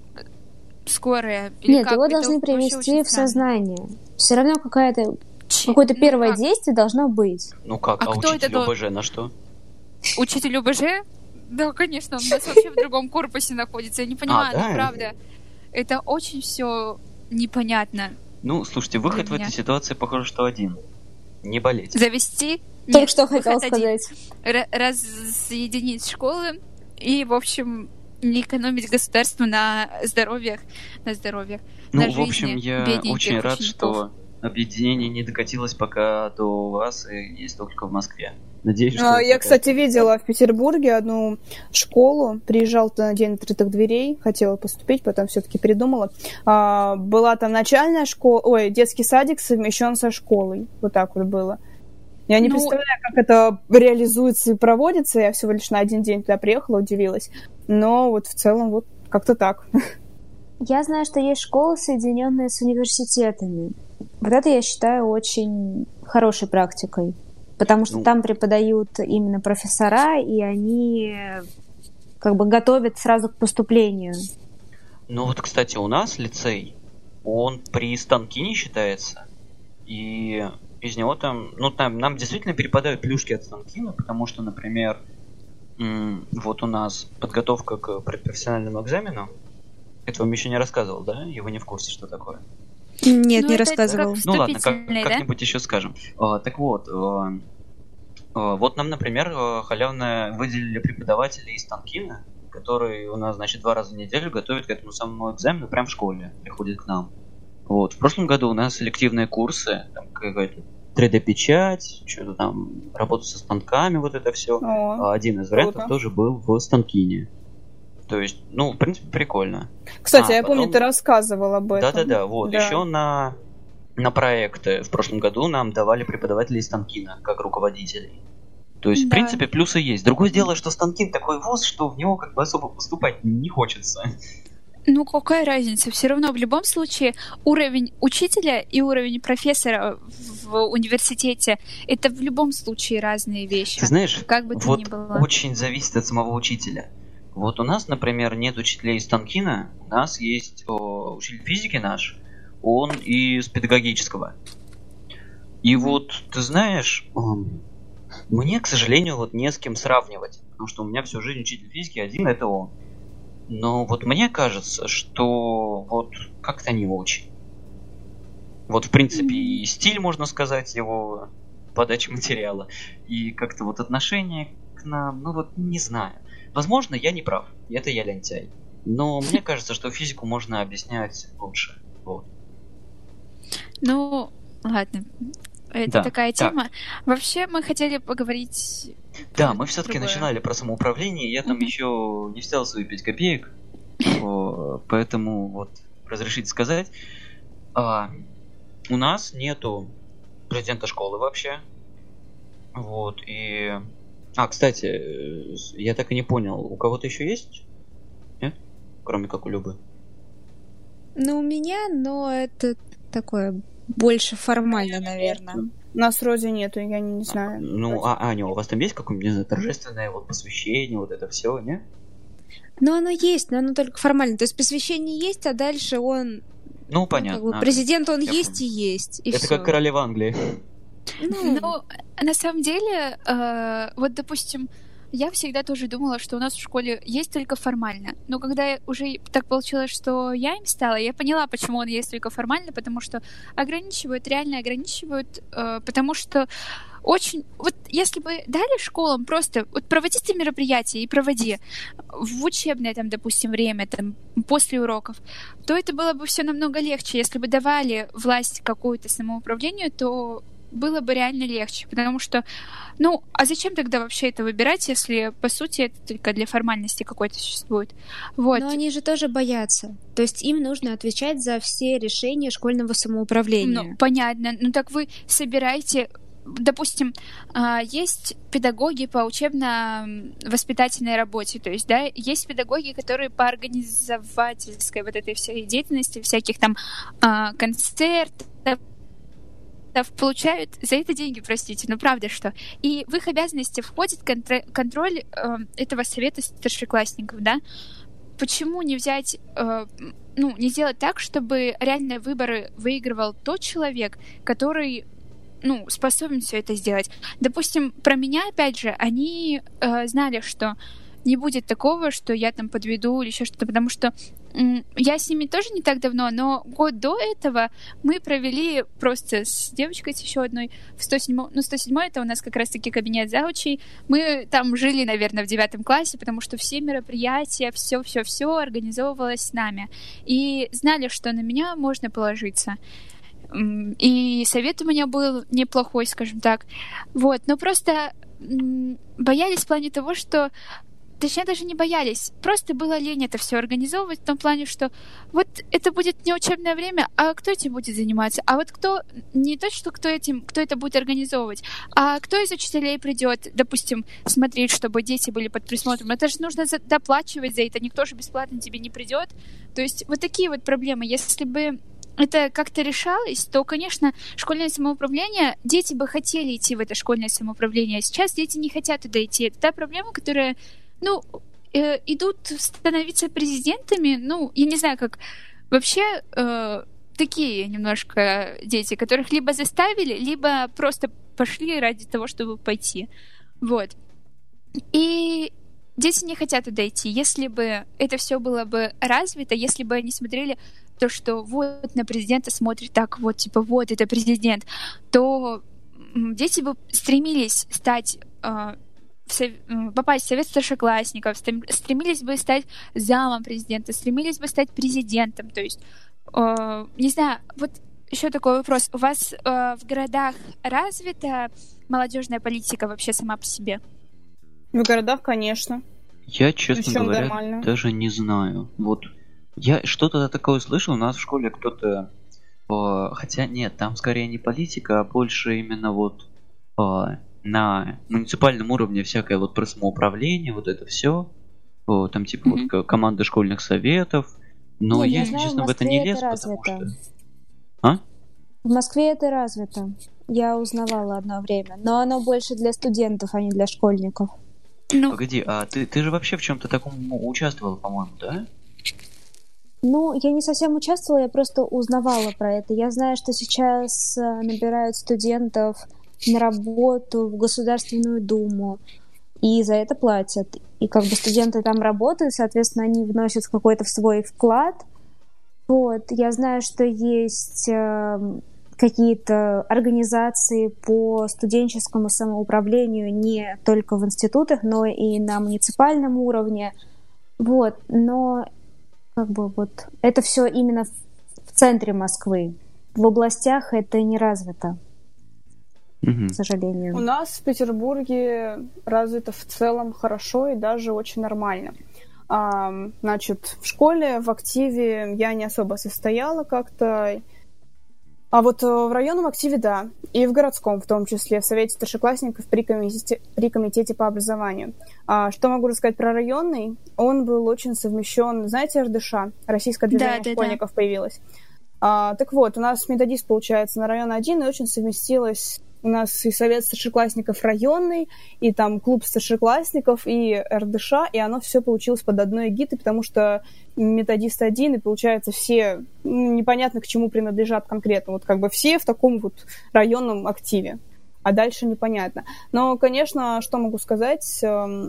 скорая? Или Нет, как? его Это должны привести в странно. сознание. Все равно какая-то, Ч... какое-то ну, первое как? действие должно быть. Ну как, а, а учитель ОБЖ на что? Учитель ОБЖ? Да, конечно, он у нас вообще в другом корпусе находится. Я не понимаю, а, да? Ну правда. Это очень все непонятно. Ну, слушайте, выход в этой ситуации, похоже, что один. Не болеть. Завести? Только Нет, что хотела сказать. Р- разъединить школы и, в общем, не экономить государство на здоровьях, на здоровьях, ну, на в общем, я очень рад, учеников. Что объединение не докатилось пока до вас и есть только в Москве. Надеюсь, что... А, я, кстати, видела в Петербурге одну школу, приезжала на День открытых дверей, хотела поступить, потом все-таки передумала. А, была там начальная школа, ой, детский садик совмещен со школой. Вот так вот было. Я не ну... представляю, как это реализуется и проводится. Я всего лишь на один день туда приехала, удивилась. Но вот в целом вот как-то так. Я знаю, что есть школы, соединенные с университетами. Вот это я считаю очень хорошей практикой. Потому что ну, там преподают именно профессора, и они как бы готовят сразу к поступлению. Ну вот, кстати, у нас лицей, он при Станкине считается, и из него там, ну там нам действительно перепадают плюшки от Станкина, потому что, например, м- вот у нас подготовка к предпрофессиональному экзамену, это вам еще не рассказывал, да? И вы не в курсе, что такое? Нет, ну, не рассказывал. Ну ладно, как, да? как-нибудь еще скажем. А, так вот, а, а, вот нам, например, халявно выделили преподавателя из Станкина, который у нас, значит, два раза в неделю готовит к этому самому экзамену прямо в школе, приходит к нам. Вот, в прошлом году у нас селективные курсы, там какая-то три дэ-печать, что-то там, работа со станками, вот это все. О, Один из вариантов круто. тоже был в Станкине. То есть, ну, в принципе, прикольно. Кстати, а, я потом... помню, ты рассказывал об этом. Да-да-да, вот. Да. Еще на, на проекты в прошлом году нам давали преподавателей из Станкина, как руководителей. То есть, да. В принципе, плюсы есть. Другое дело, что Станкин такой вуз, что в него как бы особо поступать не хочется. Ну, какая разница? Все равно в любом случае уровень учителя и уровень профессора в университете — это в любом случае разные вещи. Ты знаешь, как бы вот то ни было. Очень зависит от самого учителя. Вот у нас, например, нет учителей из Станкина, у нас есть о, учитель физики наш, он из педагогического. И mm-hmm. вот, ты знаешь, он, мне, к сожалению, вот не с кем сравнивать, потому что у меня всю жизнь учитель физики один, это он. Но вот мне кажется, что вот как-то не очень. Вот, в принципе, mm-hmm. и стиль, можно сказать, его подачи материала, и как-то вот отношение к нам, ну вот не знаю. Возможно, я не прав, это я лентяй. Но мне кажется, что физику можно объяснять лучше. Вот. Ну, ладно. Это да, такая тема. так. Вообще, мы хотели поговорить... Да, мы все-таки начинали про самоуправление. Я там mm-hmm. еще не взял свои пять копеек. Поэтому вот разрешите сказать. А, у нас нету президента школы вообще. Вот, и... А, кстати, я так и не понял, у кого-то еще есть? Нет? Кроме как у Любы. Ну, у меня, но это такое больше формально, наверное. У нас вроде нету, я не, не знаю. А, ну, а, Аня, у вас там есть какое-нибудь, не знаю, торжественное вот посвящение, вот это все, не? Ну, оно есть, но оно только формально. То есть посвящение есть, а дальше он... Ну, понятно. Ну, как бы, президент он я есть понял. и есть. И это всё. как королева Англии. Ну, Ну, на самом деле, э, вот, допустим, я всегда тоже думала, что у нас в школе есть только формально. Но когда уже так получилось, что я им стала, я поняла, почему он есть только формально, потому что ограничивают, реально ограничивают, э, потому что очень... Вот если бы дали школам просто... Вот проводи ты мероприятия и проводи в учебное, там, допустим, время, там, после уроков, то это было бы все намного легче. Если бы давали власть какую-то самоуправлению, то было бы реально легче, потому что, ну, а зачем тогда вообще это выбирать, если, по сути, это только для формальности какой-то существует? Вот. Но они же тоже боятся. То есть им нужно отвечать за все решения школьного самоуправления. Ну, понятно. Ну, так вы собираете... Допустим, есть педагоги по учебно-воспитательной работе, то есть, да, есть педагоги, которые по организовательской вот этой всей деятельности, всяких там концертов, получают за это деньги, простите, ну правда что. И в их обязанности входит контр- контроль э, этого совета старшеклассников, да. Почему не взять, э, ну, не сделать так, чтобы реально выборы выигрывал тот человек, который, ну, способен все это сделать? Допустим, про меня, опять же, они э, знали, что не будет такого, что я там подведу или еще что-то, потому что м- я с ними тоже не так давно, но год до этого мы провели просто с девочкой, с еще одной, в сто седьмом, ну, сто седьмой это у нас как раз-таки кабинет заучей, мы там жили, наверное, в девятом классе, потому что все мероприятия, все-все-все организовывалось с нами, и знали, что на меня можно положиться. И совет у меня был неплохой, скажем так. Вот, но просто м- боялись в плане того, что Точнее, даже не боялись. Просто было лень это все организовывать в том плане, что вот это будет не учебное время, а кто этим будет заниматься? А вот кто, не то, что кто этим, кто это будет организовывать, а кто из учителей придет, допустим, смотреть, чтобы дети были под присмотром. Это же нужно за, доплачивать за это, никто же бесплатно тебе не придет. То есть вот такие вот проблемы. Если бы это как-то решалось, то, конечно, школьное самоуправление, дети бы хотели идти в это школьное самоуправление, а сейчас дети не хотят туда идти. Это та проблема, которая Ну, э, идут становиться президентами, ну, я не знаю, как вообще э, такие немножко дети, которых либо заставили, либо просто пошли ради того, чтобы пойти. Вот. И дети не хотят туда идти. Если бы это все было бы развито, если бы они смотрели то, что вот на президента смотрит так, вот, типа, вот, это президент, то дети бы стремились стать... Э, попасть в совет старшеклассников, стремились бы стать замом президента, стремились бы стать президентом. То есть, э, не знаю, вот еще такой вопрос. У вас э, в городах развита молодежная политика вообще сама по себе? В городах, конечно. Я, честно Причем говоря, нормально. даже не знаю. Вот я что-то такое слышал, у нас в школе кто-то... Э, хотя нет, там скорее не политика, а больше именно вот... Э, на муниципальном уровне всякое вот про самоуправление, вот это все, там типа mm-hmm. вот команда школьных советов, но Нет, я, я если знаю, честно, в, в это не лез, потому что... А? В Москве это развито. Я узнавала одно время, но оно больше для студентов, а не для школьников. Ну... Погоди, а ты, ты же вообще в чем-то таком участвовала, по-моему, да? Ну, я не совсем участвовала, я просто узнавала про это. Я знаю, что сейчас набирают студентов на работу в Государственную Думу, и за это платят. И как бы студенты там работают, соответственно, они вносят какой-то в свой вклад. Вот. Я знаю, что есть э, какие-то организации по студенческому самоуправлению не только в институтах, но и на муниципальном уровне. Вот. Но как бы вот это все именно в центре Москвы. В областях это не развито. К сожалению. У нас в Петербурге развито в целом хорошо и даже очень нормально. А, значит, в школе, в активе я не особо состояла как-то. А вот в районном активе, да. И в городском, в том числе, в совете старшеклассников при комитете, при комитете по образованию. А, что могу рассказать про районный? Он был очень совмещен. Знаете, эр дэ ша, Российское движение да, школьников, да, да. появилось. А, так вот, у нас методист, получается, на район один, и очень совместилось у нас и совет старшеклассников районный, и там клуб старшеклассников, и эр дэ ша, и оно все получилось под одной эгидой, потому что методист один, и, получается, все непонятно к чему принадлежат конкретно. Вот как бы все в таком вот районном активе, а дальше непонятно. Но, конечно, что могу сказать...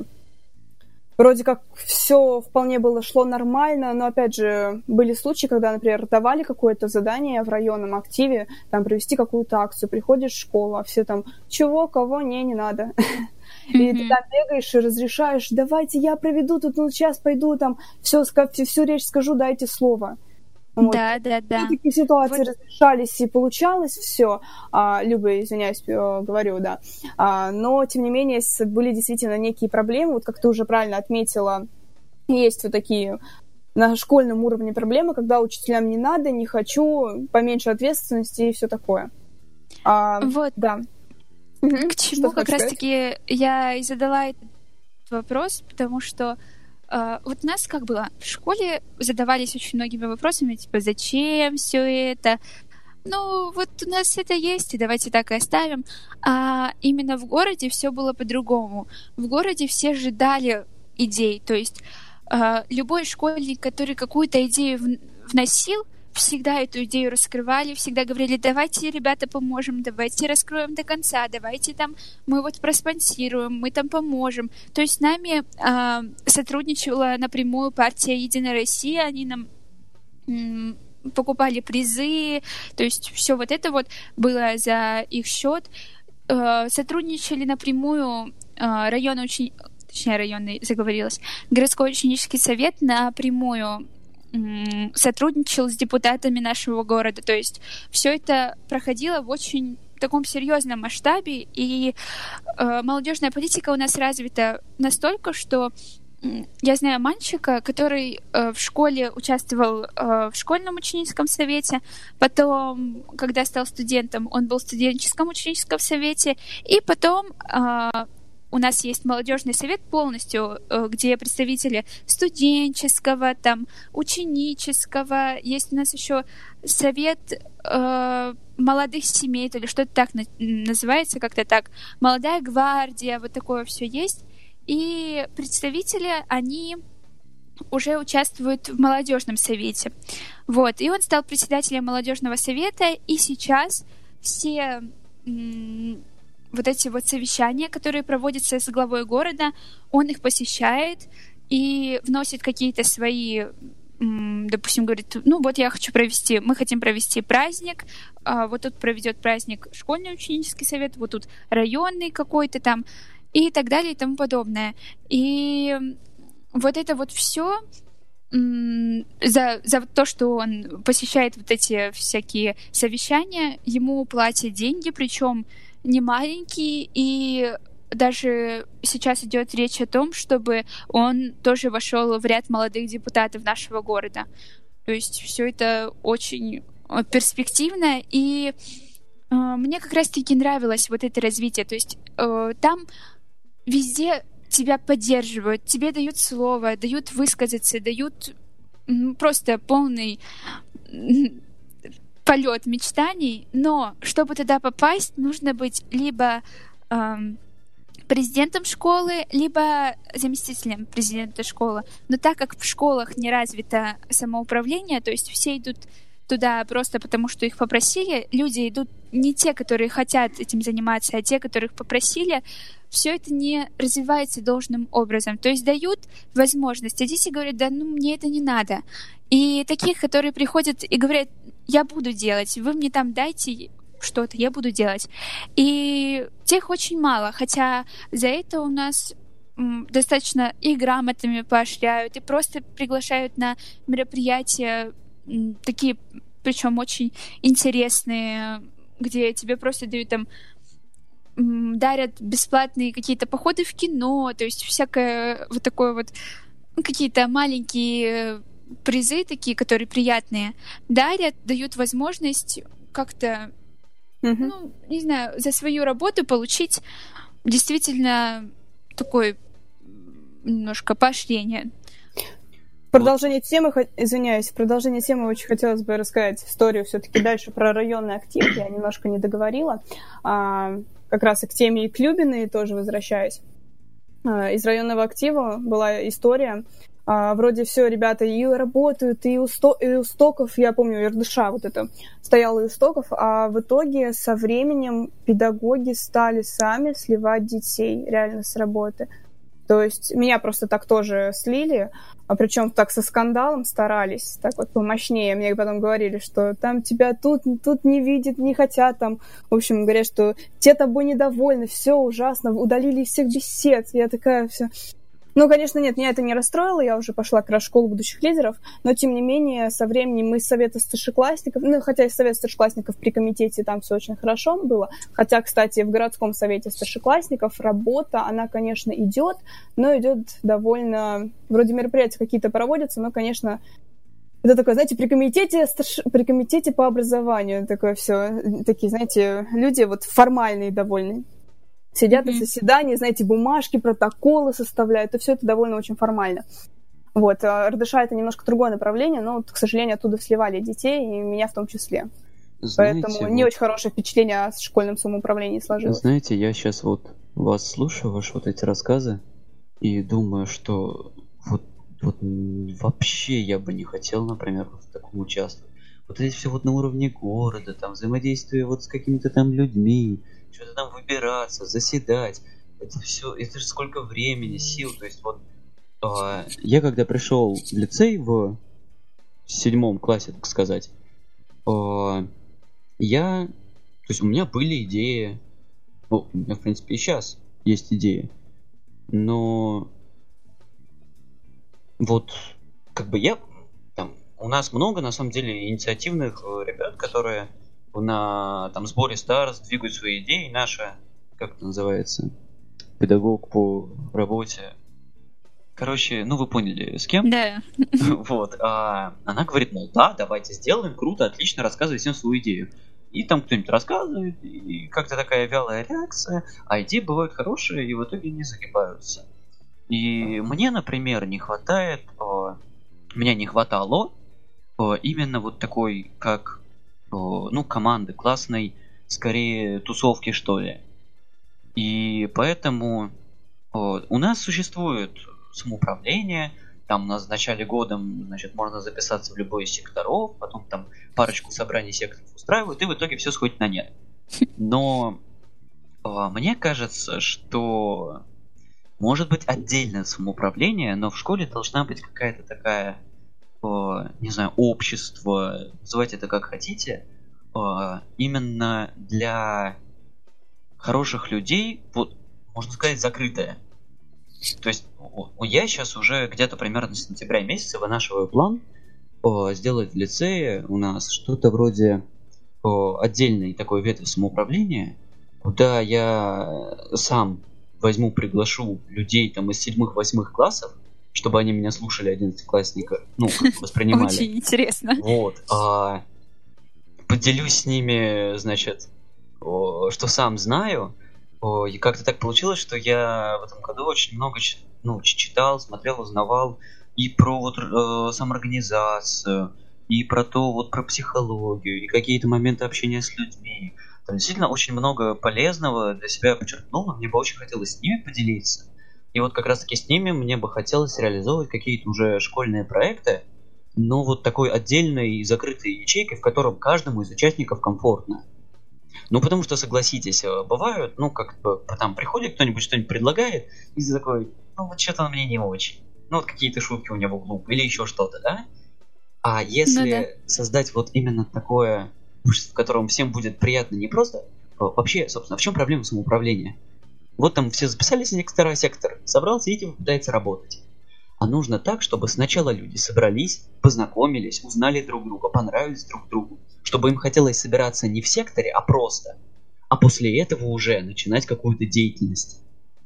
Вроде как все вполне было шло нормально, но, опять же, были случаи, когда, например, давали какое-то задание в районном активе, там, провести какую-то акцию, приходишь в школу, а все там, чего, кого, не, не надо. И ты там бегаешь и разрешаешь, давайте я проведу тут, ну, сейчас пойду, там, всю речь скажу, дайте слово. Вот. Да, да, да. Вот такие ситуации вот. Разрешались, и получалось все. А, Люба, извиняюсь, говорю, да. А, но, тем не менее, были действительно некие проблемы. Вот как ты уже правильно отметила, есть вот такие на школьном уровне проблемы, когда учителям не надо, не хочу, поменьше ответственности и все такое. А, вот. Да. К чему как раз-таки я и задала этот вопрос, потому что Uh, вот у нас как было? В школе задавались очень многими вопросами, типа, зачем все это? Ну, вот у нас это есть, и давайте так и оставим. А именно в городе все было по-другому. В городе все ждали идей, то есть uh, любой школьник, который какую-то идею вносил, всегда эту идею раскрывали, всегда говорили, давайте, ребята, поможем, давайте раскроем до конца, давайте там мы вот проспонсируем, мы там поможем. То есть с нами э, сотрудничала напрямую партия «Единая Россия», они нам м, покупали призы, то есть все вот это вот было за их счет. Э, сотрудничали напрямую э, районный учени... точнее, районный, заговорилась, городской ученический совет напрямую сотрудничал с депутатами нашего города. То есть все это проходило в очень таком серьезном масштабе, и э, молодежная политика у нас развита настолько, что э, я знаю мальчика, который э, в школе участвовал э, в школьном ученическом совете, потом, когда стал студентом, он был в студенческом ученическом совете, и потом э, у нас есть молодежный совет полностью, где представители студенческого, там, ученического, есть у нас еще совет э, молодых семей, или что-то так называется, как-то так, молодая гвардия, вот такое все есть. И представители, они уже участвуют в молодежном совете. Вот. И он стал председателем молодежного совета, и сейчас все... М- вот эти вот совещания, которые проводятся с главой города, он их посещает и вносит какие-то свои, допустим, говорит, ну вот я хочу провести, мы хотим провести праздник, вот тут проведет праздник школьный ученический совет, вот тут районный какой-то там, и так далее и тому подобное. И вот это вот все за, за то, что он посещает вот эти всякие совещания, ему платят деньги, причем не маленький, и даже сейчас идет речь о том, чтобы он тоже вошел в ряд молодых депутатов нашего города. То есть все это очень перспективно, и э, мне как раз-таки нравилось вот это развитие. То есть э, там везде тебя поддерживают, тебе дают слово, дают высказаться, дают ну, просто полный полет мечтаний, но чтобы туда попасть, нужно быть либо эм, президентом школы, либо заместителем президента школы. Но так как в школах не развито самоуправление, то есть все идут туда просто потому, что их попросили, люди идут не те, которые хотят этим заниматься, а те, которых попросили, все это не развивается должным образом. То есть дают возможность, а дети говорят, да ну мне это не надо. И таких, которые приходят и говорят, я буду делать, вы мне там дайте что-то, я буду делать. И тех очень мало, хотя за это у нас м, достаточно и грамотами поощряют, и просто приглашают на мероприятия м, такие, причем очень интересные, где тебе просто дают там м, дарят бесплатные какие-то походы в кино, то есть всякое вот такое вот, ну, какие-то маленькие призы такие, которые приятные, дарят, дают возможность как-то, mm-hmm. ну, не знаю, за свою работу получить действительно такое немножко поощрение. В продолжение темы, извиняюсь, в продолжение темы очень хотелось бы рассказать историю все-таки дальше про районный актив. Я немножко не договорила. А, как раз и к теме Клюбиной тоже возвращаюсь. А, из районного актива была история. А, вроде все, ребята и работают, и у, сто, и у стоков, я помню, РДШ вот это, стояла у стоков, а в итоге со временем педагоги стали сами сливать детей реально с работы. То есть меня просто так тоже слили, а причем так со скандалом старались, так вот помощнее. Мне потом говорили, что там тебя тут, тут не видят, не хотят там. В общем, говорят, что те тобой недовольны, все ужасно, удалили из всех бесед. Я такая вся... Ну, конечно, нет, меня это не расстроило, я уже пошла как раз в школу будущих лидеров, но, тем не менее, со временем из совета старшеклассников, ну, хотя и совет старшеклассников при комитете там все очень хорошо было, хотя, кстати, в городском совете старшеклассников работа, она, конечно, идет, но идет довольно... Вроде мероприятия какие-то проводятся, но, конечно, это такое, знаете, при комитете, старш... при комитете по образованию такое все, такие, знаете, люди вот формальные довольно. Сидят mm-hmm. на заседании, знаете, бумажки, протоколы составляют, и все это довольно очень формально. Вот, РДШ это немножко другое направление, но, к сожалению, оттуда сливали детей, и меня в том числе. Знаете, Поэтому не вот... очень хорошее впечатление о школьном самоуправлении сложилось. Знаете, я сейчас вот вас слушаю, ваши вот эти рассказы, и думаю, что вот, вот вообще я бы не хотел, например, в таком участвовать. Вот это все вот на уровне города, там, взаимодействие вот с какими-то там людьми, что-то там выбираться, заседать. Это все, это же сколько времени, сил. То есть вот э, я когда пришел в лицей в седьмом классе, так сказать, э, я, то есть у меня были идеи, ну, у меня в принципе и сейчас есть идеи, но вот как бы я там, у нас много на самом деле инициативных ребят, которые на там сборе старост двигают свои идеи. Наша, как это называется, педагог по работе, короче, ну вы поняли, с кем? Да. Вот, а она говорит, мол, да, давайте сделаем, круто, отлично, рассказывай всем свою идею. И там кто-нибудь рассказывает, и как-то такая вялая реакция, а идеи бывают хорошие и в итоге не загибаются. И мне, например, не хватает, о, меня не хватало о, именно вот такой, как ну, команды, классной, скорее, тусовки, что ли. И поэтому о, у нас существует самоуправление, там у нас в начале года, значит, можно записаться в любой из секторов, потом там парочку собраний секторов устраивают, и в итоге все сходит на нет. Но о, мне кажется, что может быть отдельное самоуправление, но в школе должна быть какая-то такая... не знаю, общество, называйте это как хотите, именно для хороших людей, вот, можно сказать, закрытое. То есть я сейчас уже где-то примерно с сентября месяца вынашиваю план сделать в лицее у нас что-то вроде отдельной такой ветви самоуправления, куда я сам возьму, приглашу людей там из седьмых-восьмых классов, чтобы они меня слушали, одиннадцатиклассника, ну, воспринимали. Очень интересно. Вот. А, поделюсь с ними, значит, о, что сам знаю. О, и как-то так получилось, что я в этом году очень много ну, читал, смотрел, узнавал и про вот э, самоорганизацию, и про то, вот про психологию, и какие-то моменты общения с людьми. Там действительно очень много полезного для себя подчеркнул, но мне бы очень хотелось с ними поделиться. И вот как раз таки с ними мне бы хотелось реализовывать какие-то уже школьные проекты, но вот такой отдельной закрытой ячейкой, в котором каждому из участников комфортно. Ну, потому что, согласитесь, бывают, ну, как бы, там приходит кто-нибудь, что-нибудь предлагает, и ты такой, ну, вот что-то он мне не очень. Ну, вот какие-то шутки у него глупые, или еще что-то, да? А если ну, да. создать вот именно такое, в котором всем будет приятно не просто... Вообще, собственно, в чем проблема самоуправления? Вот там все записались на сектора, сектор собрался и этим пытается работать. А нужно так, чтобы сначала люди собрались, познакомились, узнали друг друга, понравились друг другу. Чтобы им хотелось собираться не в секторе, а просто. А после этого уже начинать какую-то деятельность.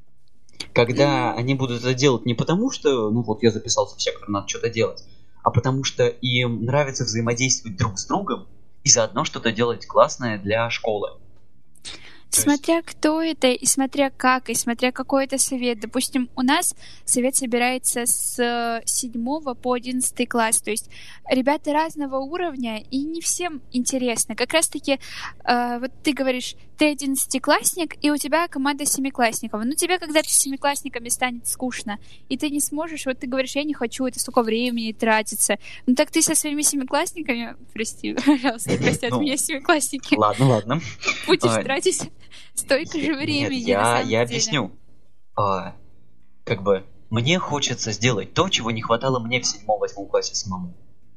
Когда они будут это делать не потому, что, ну вот я записался в сектор, надо что-то делать, а потому что им нравится взаимодействовать друг с другом и заодно что-то делать классное для школы. Смотря кто это, и смотря как, и смотря какой это совет. Допустим, у нас совет собирается с седьмого по одиннадцатый класс. То есть ребята разного уровня, и не всем интересно. Как раз-таки, э, вот ты говоришь, ты одиннадцатиклассник, и у тебя команда семиклассников. Ну, тебе когда-то с семиклассниками станет скучно, и ты не сможешь, вот ты говоришь, я не хочу, это столько времени тратится. Ну, так ты со своими семиклассниками, прости, пожалуйста, простят меня семиклассники. Ладно, ладно. Будешь тратить столько же времени. Нет, я, я объясню. А, как бы, мне хочется сделать то, чего не хватало мне в седьмом-восьмом классе самому.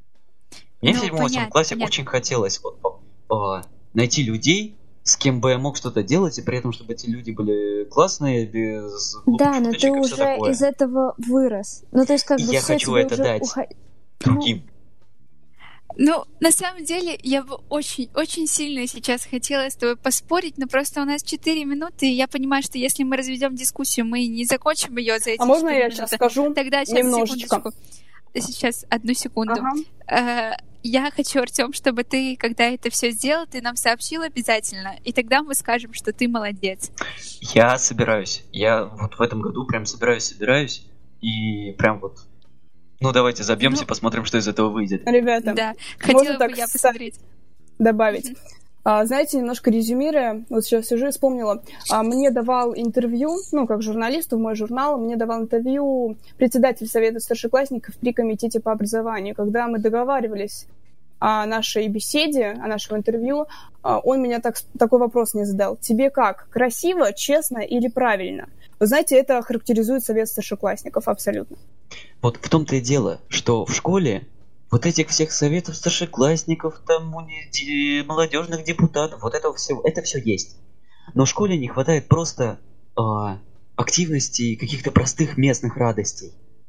Мне ну, в седьмом-восьмом классе понятно. Очень хотелось вот, а, найти людей, с кем бы я мог что-то делать, и при этом, чтобы эти люди были классные, без да, но ты уже такое. Из этого вырос. Ну, то есть, как и бы, я хочу это дать уход... другим. Ну... Ну, на самом деле, я бы очень-очень сильно сейчас хотела с тобой поспорить, но просто у нас четыре минуты, и я понимаю, что если мы разведем дискуссию, мы не закончим ее за эти А можно я минуты. Сейчас скажу Тогда сейчас, немножечко? Сейчас, одну секунду. Ага. Я хочу, Артём, чтобы ты, когда это все сделал, ты нам сообщил обязательно, и тогда мы скажем, что ты молодец. Я собираюсь. Я вот в этом году прям собираюсь-собираюсь, и прям вот... Ну, давайте забьемся, ну, посмотрим, что из этого выйдет. Ребята, да, хотела бы я посмотреть. Добавить. Mm-hmm. А, знаете, немножко резюмируя, вот сейчас сижу и вспомнила, а, мне давал интервью, ну, как журналисту в мой журнал, мне давал интервью председатель Совета старшеклассников при комитете по образованию. Когда мы договаривались о нашей беседе, о нашем интервью, а, он меня так, такой вопрос мне задал. Тебе как? Красиво, честно или правильно? Вы знаете, это характеризует Совет старшеклассников абсолютно. Вот в том-то и дело, что в школе вот этих всех советов старшеклассников, там, молодежных депутатов, вот этого всего, это все есть. Но в школе не хватает просто э, активности и каких-то простых местных радостей.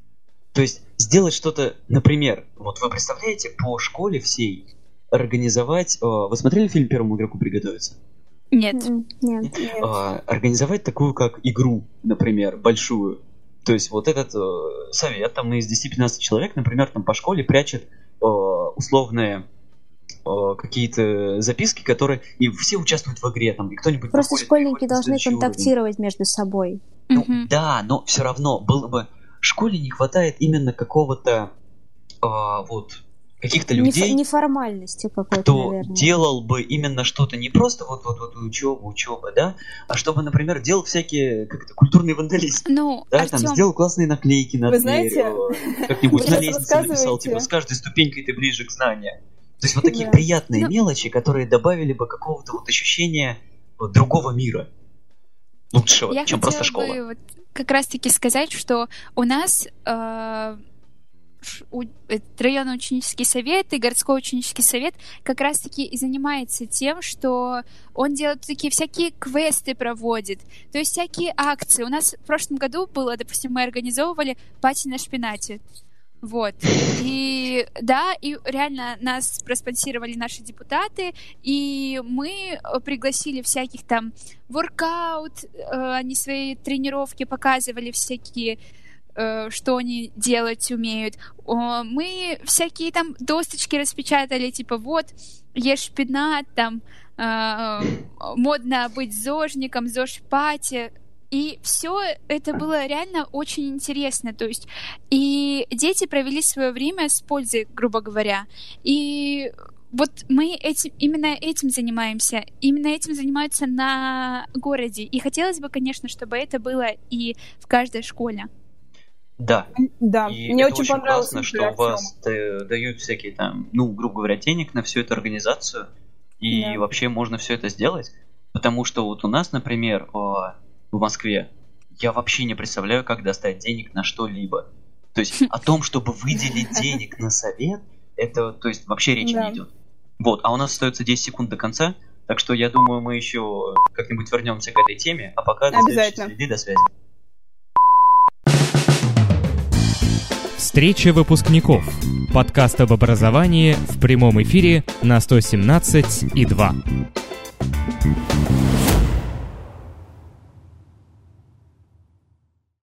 То есть сделать что-то, например, вот вы представляете, по школе всей организовать... Э, вы смотрели фильм «Первому игроку приготовиться»? Нет. Нет. Нет. Э, организовать такую, как игру, например, большую. То есть вот этот э, совет там из десяти-пятнадцати человек, например, там по школе прячет э, условные э, какие-то записки, которые... И все участвуют в игре, там, и кто-нибудь... Просто школьники должны контактировать уровень. Между собой. Ну, mm-hmm. Да, но все равно было бы... Школе не хватает именно какого-то э, вот... каких-то людей, неформальности какой-то, кто наверное. Делал бы именно что-то не просто вот вот вот учеба, учеба, да, а чтобы, например, делал всякие как это культурный вандализм, ну, да, Артём... там сделал классные наклейки на Вы дверь, знаете, как-нибудь на лестнице написал, типа с каждой ступенькой ты ближе к знанию. То есть вот такие да. приятные ну... мелочи, которые добавили бы какого-то вот ощущения вот, другого мира, лучшего, Я чем просто школа. Я школа. Вот как раз-таки сказать, что у нас э... районный ученический совет и городской ученический совет как раз-таки и занимается тем, что он делает такие всякие квесты проводит, то есть всякие акции. У нас в прошлом году было, допустим, мы организовывали пати на шпинате. Вот. И да, и реально нас проспонсировали наши депутаты, и мы пригласили всяких там воркаут, они свои тренировки показывали всякие, что они делать умеют. Мы всякие там досточки распечатали, типа вот, ешь шпинат, там модно быть зожником, зож-пати. И все это было реально очень интересно. То есть, и дети провели свое время с пользой, грубо говоря. И вот мы этим, именно этим занимаемся. Именно этим занимаются на городе. И хотелось бы, конечно, чтобы это было и в каждой школе. Да. Да. И мне это очень, очень понравилось, классно, что у вас дают всякие там, ну, грубо говоря, денег на всю эту организацию. И да. вообще можно все это сделать. Потому что вот у нас, например, в Москве, я вообще не представляю, как достать денег на что-либо. То есть о том, чтобы выделить денег на совет, это, то есть, вообще речи не идет. Вот, а у нас остается десять секунд до конца, так что я думаю, мы еще как-нибудь вернемся к этой теме, а пока до следующей среды, до связи. Встреча выпускников. Подкаст об образовании в прямом эфире на сто семнадцать и два.